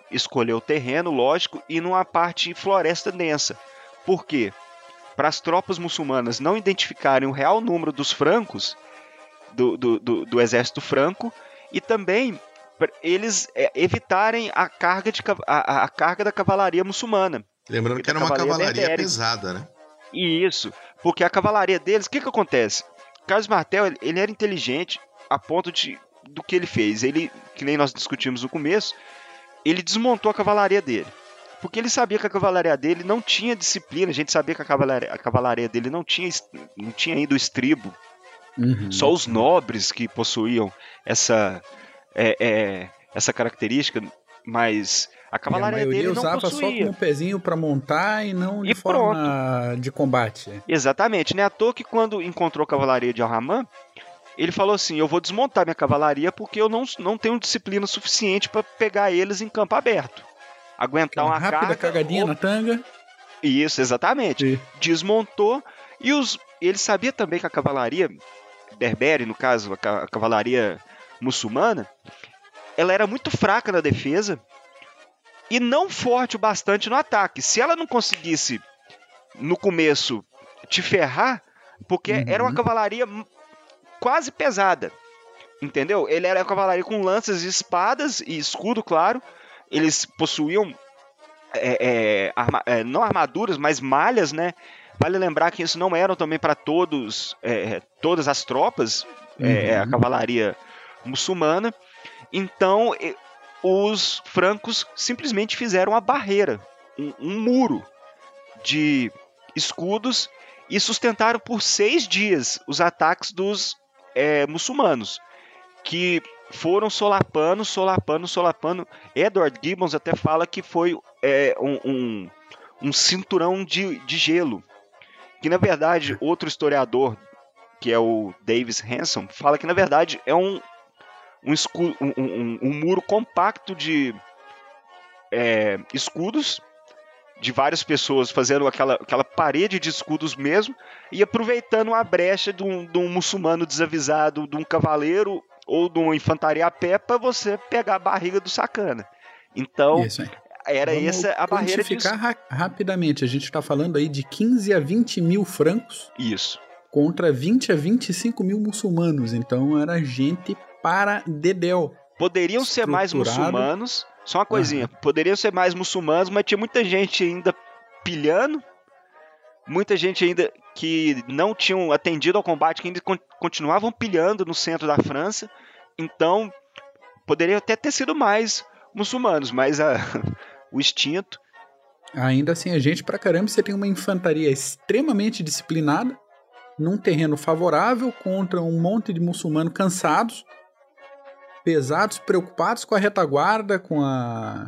escolher o terreno, lógico, e numa parte floresta densa. Por quê? Para as tropas muçulmanas não identificarem o real número dos francos, do, do, do, do exército franco, e também pra eles é, evitarem a carga, de, a, a carga da cavalaria muçulmana. Lembrando que era uma cavalaria pesada, né? Isso, porque a cavalaria deles, o que que acontece? Carlos Martel, ele, ele era inteligente a ponto de, do que ele fez. Ele, que nem nós discutimos no começo, ele desmontou a cavalaria dele. Porque ele sabia que a cavalaria dele não tinha disciplina, a gente sabia que a cavalaria, a cavalaria dele não tinha, não tinha ainda o estribo. Uhum. Só os nobres que possuíam essa, é, é, essa característica, mas a cavalaria e a dele não usava possuía. Só como um pezinho para montar e não de e forma pronto. de combate. Exatamente, né? À toa que quando encontrou a cavalaria de Al-Rahman, ele falou assim, eu vou desmontar minha cavalaria porque eu não, não tenho disciplina suficiente para pegar eles em campo aberto. Aguentar uma uma rápida carga, cagadinha ou... na tanga. Isso, exatamente. Sim. Desmontou e os... ele sabia também que a cavalaria berbere, no caso, a, ca... a cavalaria muçulmana, ela era muito fraca na defesa e não forte o bastante no ataque. Se ela não conseguisse, no começo, te ferrar, porque uhum. era uma cavalaria quase pesada, entendeu? Ele era uma cavalaria com lanças e espadas e escudo, claro. Eles possuíam é, é, arma, é, não armaduras, mas malhas, né? Vale lembrar que isso não eram também para todos, é, todas as tropas, uhum. é, a cavalaria muçulmana. Então, os francos simplesmente fizeram uma barreira, um, um muro de escudos e sustentaram por seis dias os ataques dos é, muçulmanos, que foram solapando, solapando, solapando. Edward Gibbons até fala que foi é, um, um, um cinturão de, de gelo, que na verdade outro historiador, que é o Davis Hanson, fala que na verdade é um Um, escudo, um, um, um muro compacto de é, escudos, de várias pessoas fazendo aquela, aquela parede de escudos mesmo, e aproveitando a brecha de um, de um muçulmano desavisado, de um cavaleiro ou de uma infantaria a pé, para você pegar a barriga do sacana. Então, Isso, era Vamos essa a barreira de... quantificar ra- rapidamente, a gente está falando aí de quinze a vinte mil francos. Isso. Contra vinte a vinte e cinco mil muçulmanos, então era gente para dedéu. Poderiam ser mais muçulmanos, só uma coisinha, uhum. poderiam ser mais muçulmanos, mas tinha muita gente ainda pilhando, muita gente ainda que não tinham atendido ao combate, que ainda continuavam pilhando no centro da França, então poderiam até ter sido mais muçulmanos, mas a, o instinto... Ainda assim, a gente pra caramba, você tem uma infantaria extremamente disciplinada, num terreno favorável, contra um monte de muçulmanos cansados, pesados, preocupados com a retaguarda, com a...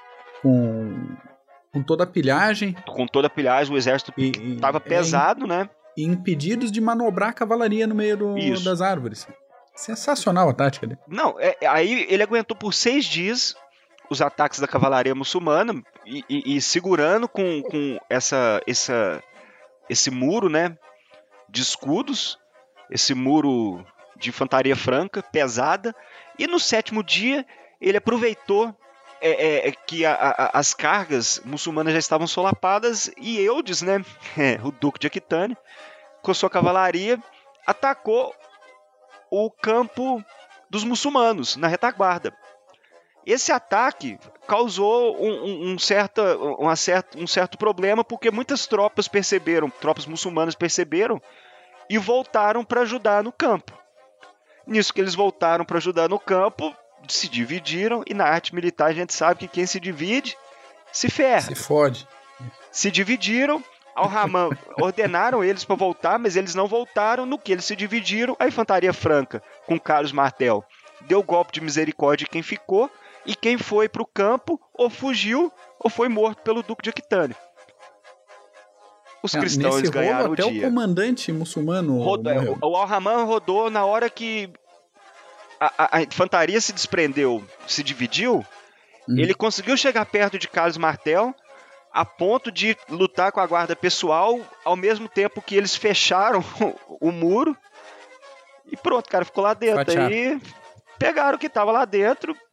com, com toda a pilhagem. Com toda a pilhagem, o exército estava pesado, é, né? E impedidos de manobrar a cavalaria no meio do, das árvores. Sensacional a tática dele. Não, é, aí ele aguentou por seis dias os ataques da cavalaria muçulmana e, e, e segurando com, com essa, essa, esse muro, né, de escudos, esse muro de infantaria franca, pesada, e no sétimo dia ele aproveitou é, é, que a, a, as cargas muçulmanas já estavam solapadas e Eudes, né, é, o duque de Aquitânia, com sua cavalaria, atacou o campo dos muçulmanos, na retaguarda. Esse ataque causou um, um, um, certa, uma certa, um certo problema, porque muitas tropas perceberam, tropas muçulmanas perceberam, e voltaram para ajudar no campo. Nisso que eles voltaram para ajudar no campo, se dividiram, e na arte militar a gente sabe que quem se divide, se ferra. Se fode. Se dividiram, Al-Rahman ordenaram eles para voltar, mas eles não voltaram. No que eles se dividiram, a infantaria franca, com Carlos Martel, deu golpe de misericórdia em quem ficou, e quem foi para o campo ou fugiu ou foi morto pelo duque de Aquitânia. Os é, cristãos eles ganharam até o dia. O comandante muçulmano rodou, o Al-Rahman rodou na hora que a, a, a infantaria se desprendeu, se dividiu. Hum. Ele conseguiu chegar perto de Carlos Martel a ponto de lutar com a guarda pessoal ao mesmo tempo que eles fecharam o, o muro. E pronto, o cara ficou lá dentro. Aí pegaram o que estava lá dentro.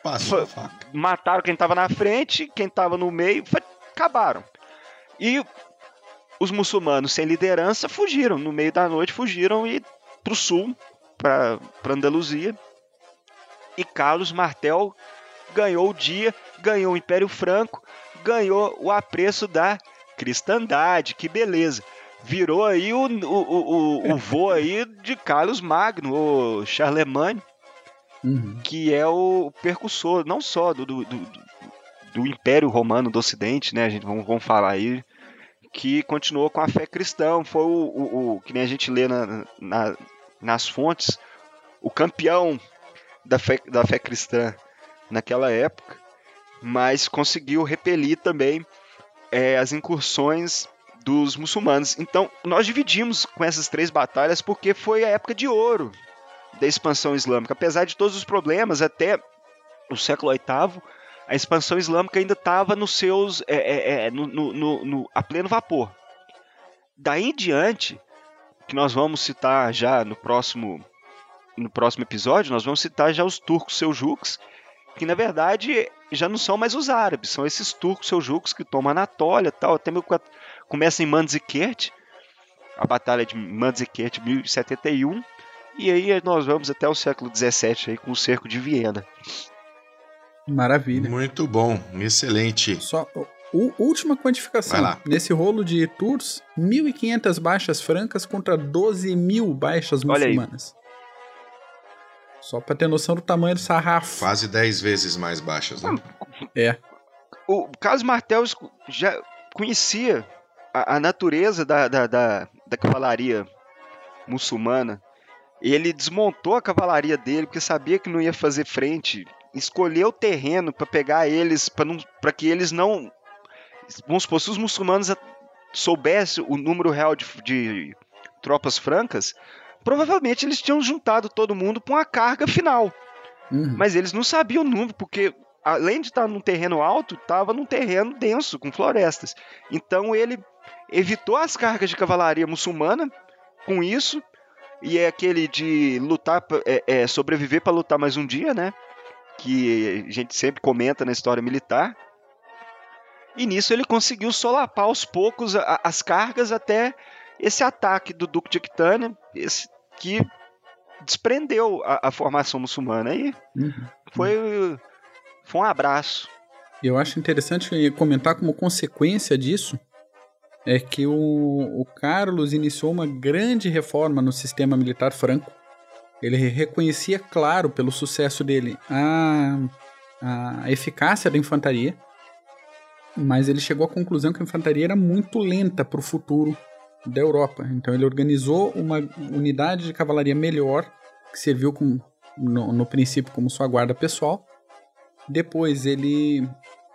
Passou a Foi- faca. Mataram quem estava na frente, quem estava no meio, foi- acabaram. E os muçulmanos sem liderança fugiram, no meio da noite fugiram e para o sul, para Andaluzia. E Carlos Martel ganhou o dia, ganhou o Império Franco, ganhou o apreço da cristandade, que beleza. Virou aí o, o, o, o vô aí de Carlos Magno, o Charlemagne, Uhum. que é o percussor, não só do, do, do, do Império Romano do Ocidente, né? A gente vamos, vamos falar aí, que continuou com a fé cristã, foi o, o, o que nem a gente lê na, na, nas fontes, o campeão da fé, da fé cristã naquela época, mas conseguiu repelir também é, as incursões dos muçulmanos. Então, nós dividimos com essas três batalhas porque foi a época de ouro da expansão islâmica. Apesar de todos os problemas, até o século oitavo, a expansão islâmica ainda estava nos seus é, é, é, no, no, no, no, a pleno vapor. Daí em diante, que nós vamos citar já no próximo, no próximo episódio, nós vamos citar já os turcos seljuques, que na verdade já não são mais os árabes, são esses turcos seljuques que tomam Anatólia, tal, até começa em Manzikert, a batalha de Manzikert mil e setenta e um, e aí nós vamos até o século dezessete aí com o cerco de Viena. Maravilha. Muito bom, excelente. Só o, última quantificação. Vai lá. Nesse rolo de tours, mil e quinhentas baixas francas contra doze mil baixas Olha aí. muçulmanas. Só pra ter noção do tamanho do sarrafo. Quase dez vezes mais baixas, né? É. O Carlos Martel já conhecia a, a natureza da, da, da, da cavalaria muçulmana. Ele desmontou a cavalaria dele porque sabia que não ia fazer frente. Escolheu o terreno para pegar eles, para que eles não... Vamos supor, se os muçulmanos soubessem o número real de, de tropas francas, provavelmente eles tinham juntado todo mundo para uma carga final. Uhum. Mas eles não sabiam o número, porque além de estar num terreno alto, estava num terreno denso, com florestas. Então ele evitou as cargas de cavalaria muçulmana com isso, e é aquele de lutar, é, é, sobreviver para lutar mais um dia, né? Que a gente sempre comenta na história militar. E nisso ele conseguiu solapar aos poucos a, as cargas até esse ataque do Duque de Aquitânia, esse, que desprendeu a, a formação muçulmana. Aí Uhum. foi, foi um abraço. Eu acho interessante comentar como consequência disso é que o, o Carlos iniciou uma grande reforma no sistema militar franco. Ele reconhecia, claro, pelo sucesso dele, a, a eficácia da infantaria, mas ele chegou à conclusão que a infantaria era muito lenta para o futuro da Europa. Então ele organizou uma unidade de cavalaria melhor, que serviu como, no, no princípio como sua guarda pessoal. Depois ele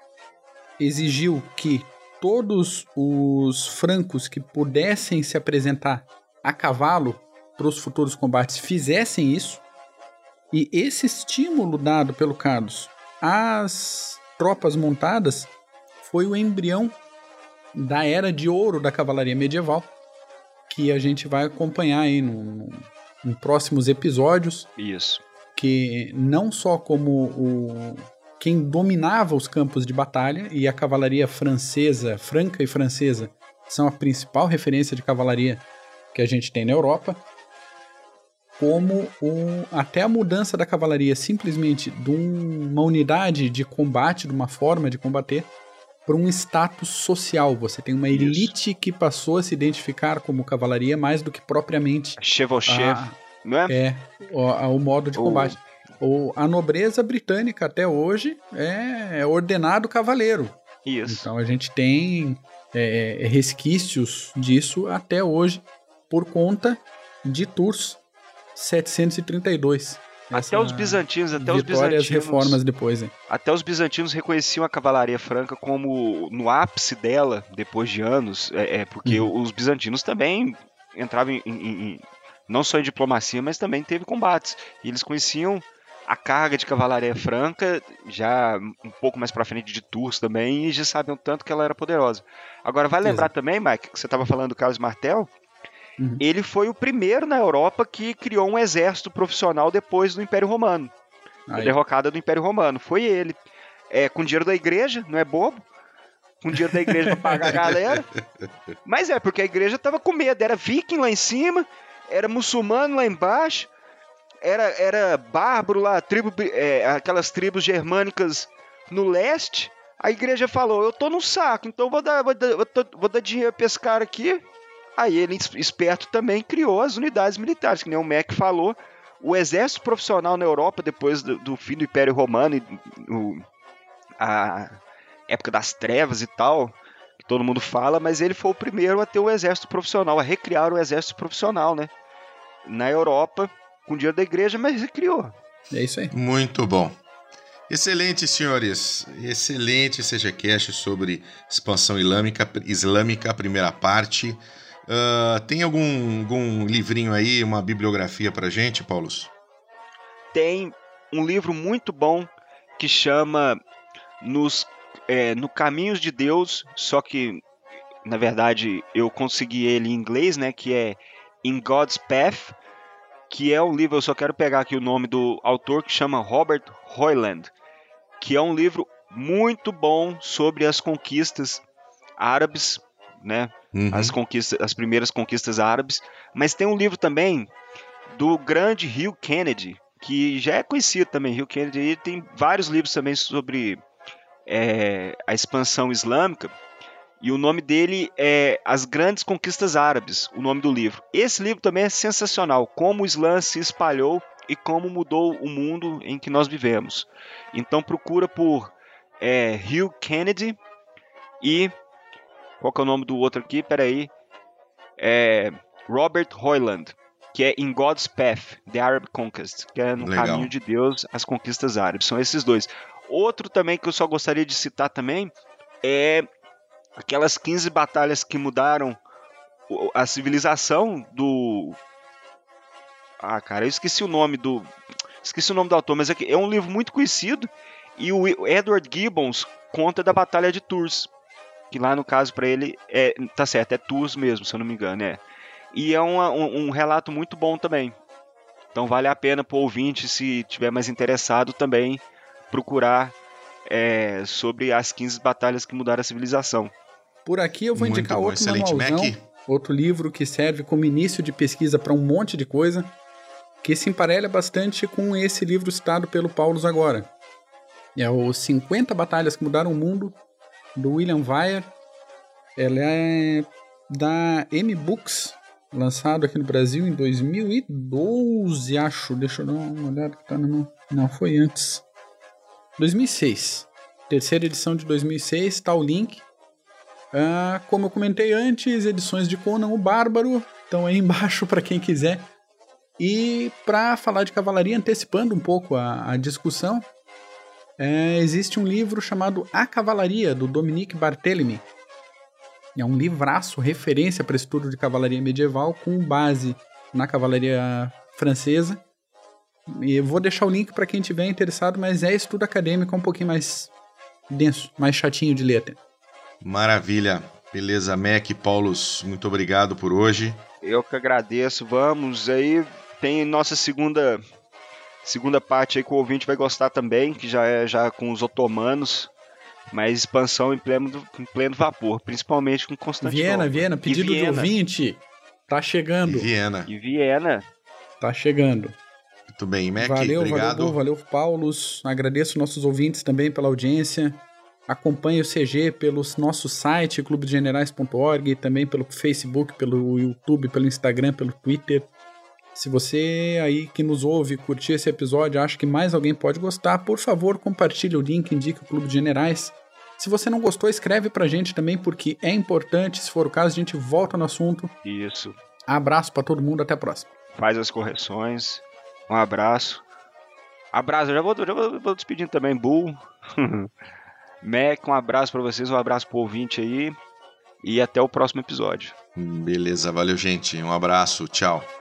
exigiu que todos os francos que pudessem se apresentar a cavalo para os futuros combates fizessem isso, e esse estímulo dado pelo Carlos às tropas montadas foi o embrião da era de ouro da cavalaria medieval, que a gente vai acompanhar aí no, no, em próximos episódios. Isso. Que não só como o, quem dominava os campos de batalha, e a cavalaria francesa, franca e francesa, são a principal referência de cavalaria que a gente tem na Europa, como o, até a mudança da cavalaria simplesmente de uma unidade de combate, de uma forma de combater, para um status social. Você tem uma elite Isso. que passou a se identificar como cavalaria mais do que propriamente chevaucheur, não é? É, o, o modo de o... combate. O, a nobreza britânica até hoje é, é ordenado cavaleiro. Isso. Então a gente tem é, resquícios disso até hoje por conta de Tours setecentos e trinta e dois. Até os bizantinos, até os vitórias, bizantinos, reformas depois, hein? Até os bizantinos reconheciam a cavalaria franca como no ápice dela, depois de anos, é, é porque uhum. os bizantinos também entravam em, em, em, não só em diplomacia, mas também teve combates. E eles conheciam a carga de cavalaria franca, já um pouco mais pra frente de Tours também, e já sabiam tanto que ela era poderosa. Agora, vai lembrar Exato. também, Mike, que você estava falando do Carlos Martel, uhum. ele foi o primeiro na Europa que criou um exército profissional depois do Império Romano. Aí. derrocada do Império Romano. Foi ele. É, com dinheiro da igreja, não é bobo? Com dinheiro da igreja pra pagar a galera. Mas é, porque a igreja tava com medo. Era viking lá em cima, era muçulmano lá embaixo, era, era bárbaro lá, tribo, é, aquelas tribos germânicas no leste. A igreja falou, eu tô no saco, então vou dar, vou dar, vou dar dinheiro pra esse cara aqui. Aí ele, esperto também, criou as unidades militares, que nem o Mac falou. O exército profissional na Europa, depois do, do fim do Império Romano, e o, a época das trevas e tal, que todo mundo fala, mas ele foi o primeiro a ter o exército profissional, a recriar o exército profissional, né? Na Europa, com dinheiro da igreja, mas recriou. É isso aí. Muito bom. Excelente, senhores. Excelente C G Cast sobre expansão islâmica, islâmica primeira parte. Uh, tem algum, algum livrinho aí, uma bibliografia pra gente, Paulo? Tem um livro muito bom que chama Nos, é, No Caminhos de Deus, só que, na verdade, eu consegui ele em inglês, né, que é In God's Path, que é um livro, eu só quero pegar aqui o nome do autor, que chama Robert Hoyland, que é um livro muito bom sobre as conquistas árabes, né? Uhum. As, conquistas, as primeiras conquistas árabes. Mas tem um livro também do grande Hugh Kennedy, que já é conhecido também. Hugh Kennedy tem vários livros também sobre é, a expansão islâmica. E o nome dele é As Grandes Conquistas Árabes, o nome do livro. Esse livro também é sensacional, como o Islã se espalhou e como mudou o mundo em que nós vivemos. Então procura por é, Hugh Kennedy e... Qual que é o nome do outro aqui? Peraí. É Robert Hoyland, que é In God's Path, The Arab Conquest, que é No Legal. Caminho de Deus, as Conquistas Árabes. São esses dois. Outro também que eu só gostaria de citar também é aquelas quinze batalhas que mudaram a civilização do... Ah, cara, eu esqueci o nome do... Esqueci o nome do autor, mas é um livro muito conhecido e o Edward Gibbons conta da Batalha de Tours. Que lá no caso para ele, é, tá certo, é Tours mesmo, se eu não me engano, é. E é uma, um, um relato muito bom também. Então vale a pena pro ouvinte, se tiver mais interessado, também procurar é, sobre as quinze batalhas que mudaram a civilização. Por aqui eu vou muito indicar bom, outro excelente. manualzão, Mac? outro livro que serve como início de pesquisa para um monte de coisa, que se emparelha bastante com esse livro citado pelo Paulo agora. É o cinquenta Batalhas que Mudaram o Mundo, do William Weir. Ela é da M-Books, lançado aqui no Brasil em dois mil e doze, acho. Deixa eu dar uma olhada que tá na mão. Não, foi antes. dois mil e seis. Terceira edição de dois mil e seis, tá o link. Ah, como eu comentei antes, edições de Conan o Bárbaro estão aí embaixo para quem quiser. E para falar de cavalaria, antecipando um pouco a, a discussão, É, existe um livro chamado A Cavalaria, do Dominique Barthélemy. É um livraço, referência para estudo de cavalaria medieval, com base na cavalaria francesa. E eu vou deixar o link para quem tiver interessado, mas é estudo acadêmico, é um pouquinho mais denso, mais chatinho de ler até. Maravilha. Beleza, Mac, Paulos, muito obrigado por hoje. Eu que agradeço. Vamos aí, tem nossa segunda... Segunda parte aí que o ouvinte vai gostar também, que já é já com os otomanos, mas expansão em pleno, em pleno vapor, principalmente com Constantinopla. Viena, Viena, pedido Viena. do ouvinte, tá chegando. E Viena. E Viena. Tá chegando. Muito bem, Mac, valeu, obrigado. Valeu, valeu, Paulos. Agradeço nossos ouvintes também pela audiência. Acompanhe o C G pelo nosso site, clube de generais ponto org, também pelo Facebook, pelo YouTube, pelo Instagram, pelo Twitter. Se você aí que nos ouve curtir esse episódio, acha que mais alguém pode gostar, por favor, compartilhe o link, indique o Clube de Generais. Se você não gostou, escreve pra gente também, porque é importante. Se for o caso, a gente volta no assunto. Isso. Abraço pra todo mundo, até a próxima. Faz as correções. Um abraço. Abraço, eu já vou, já vou, vou despedindo também, Bull. Mac, um abraço pra vocês, um abraço pro ouvinte aí. E até o próximo episódio. Beleza, valeu, gente. Um abraço, tchau.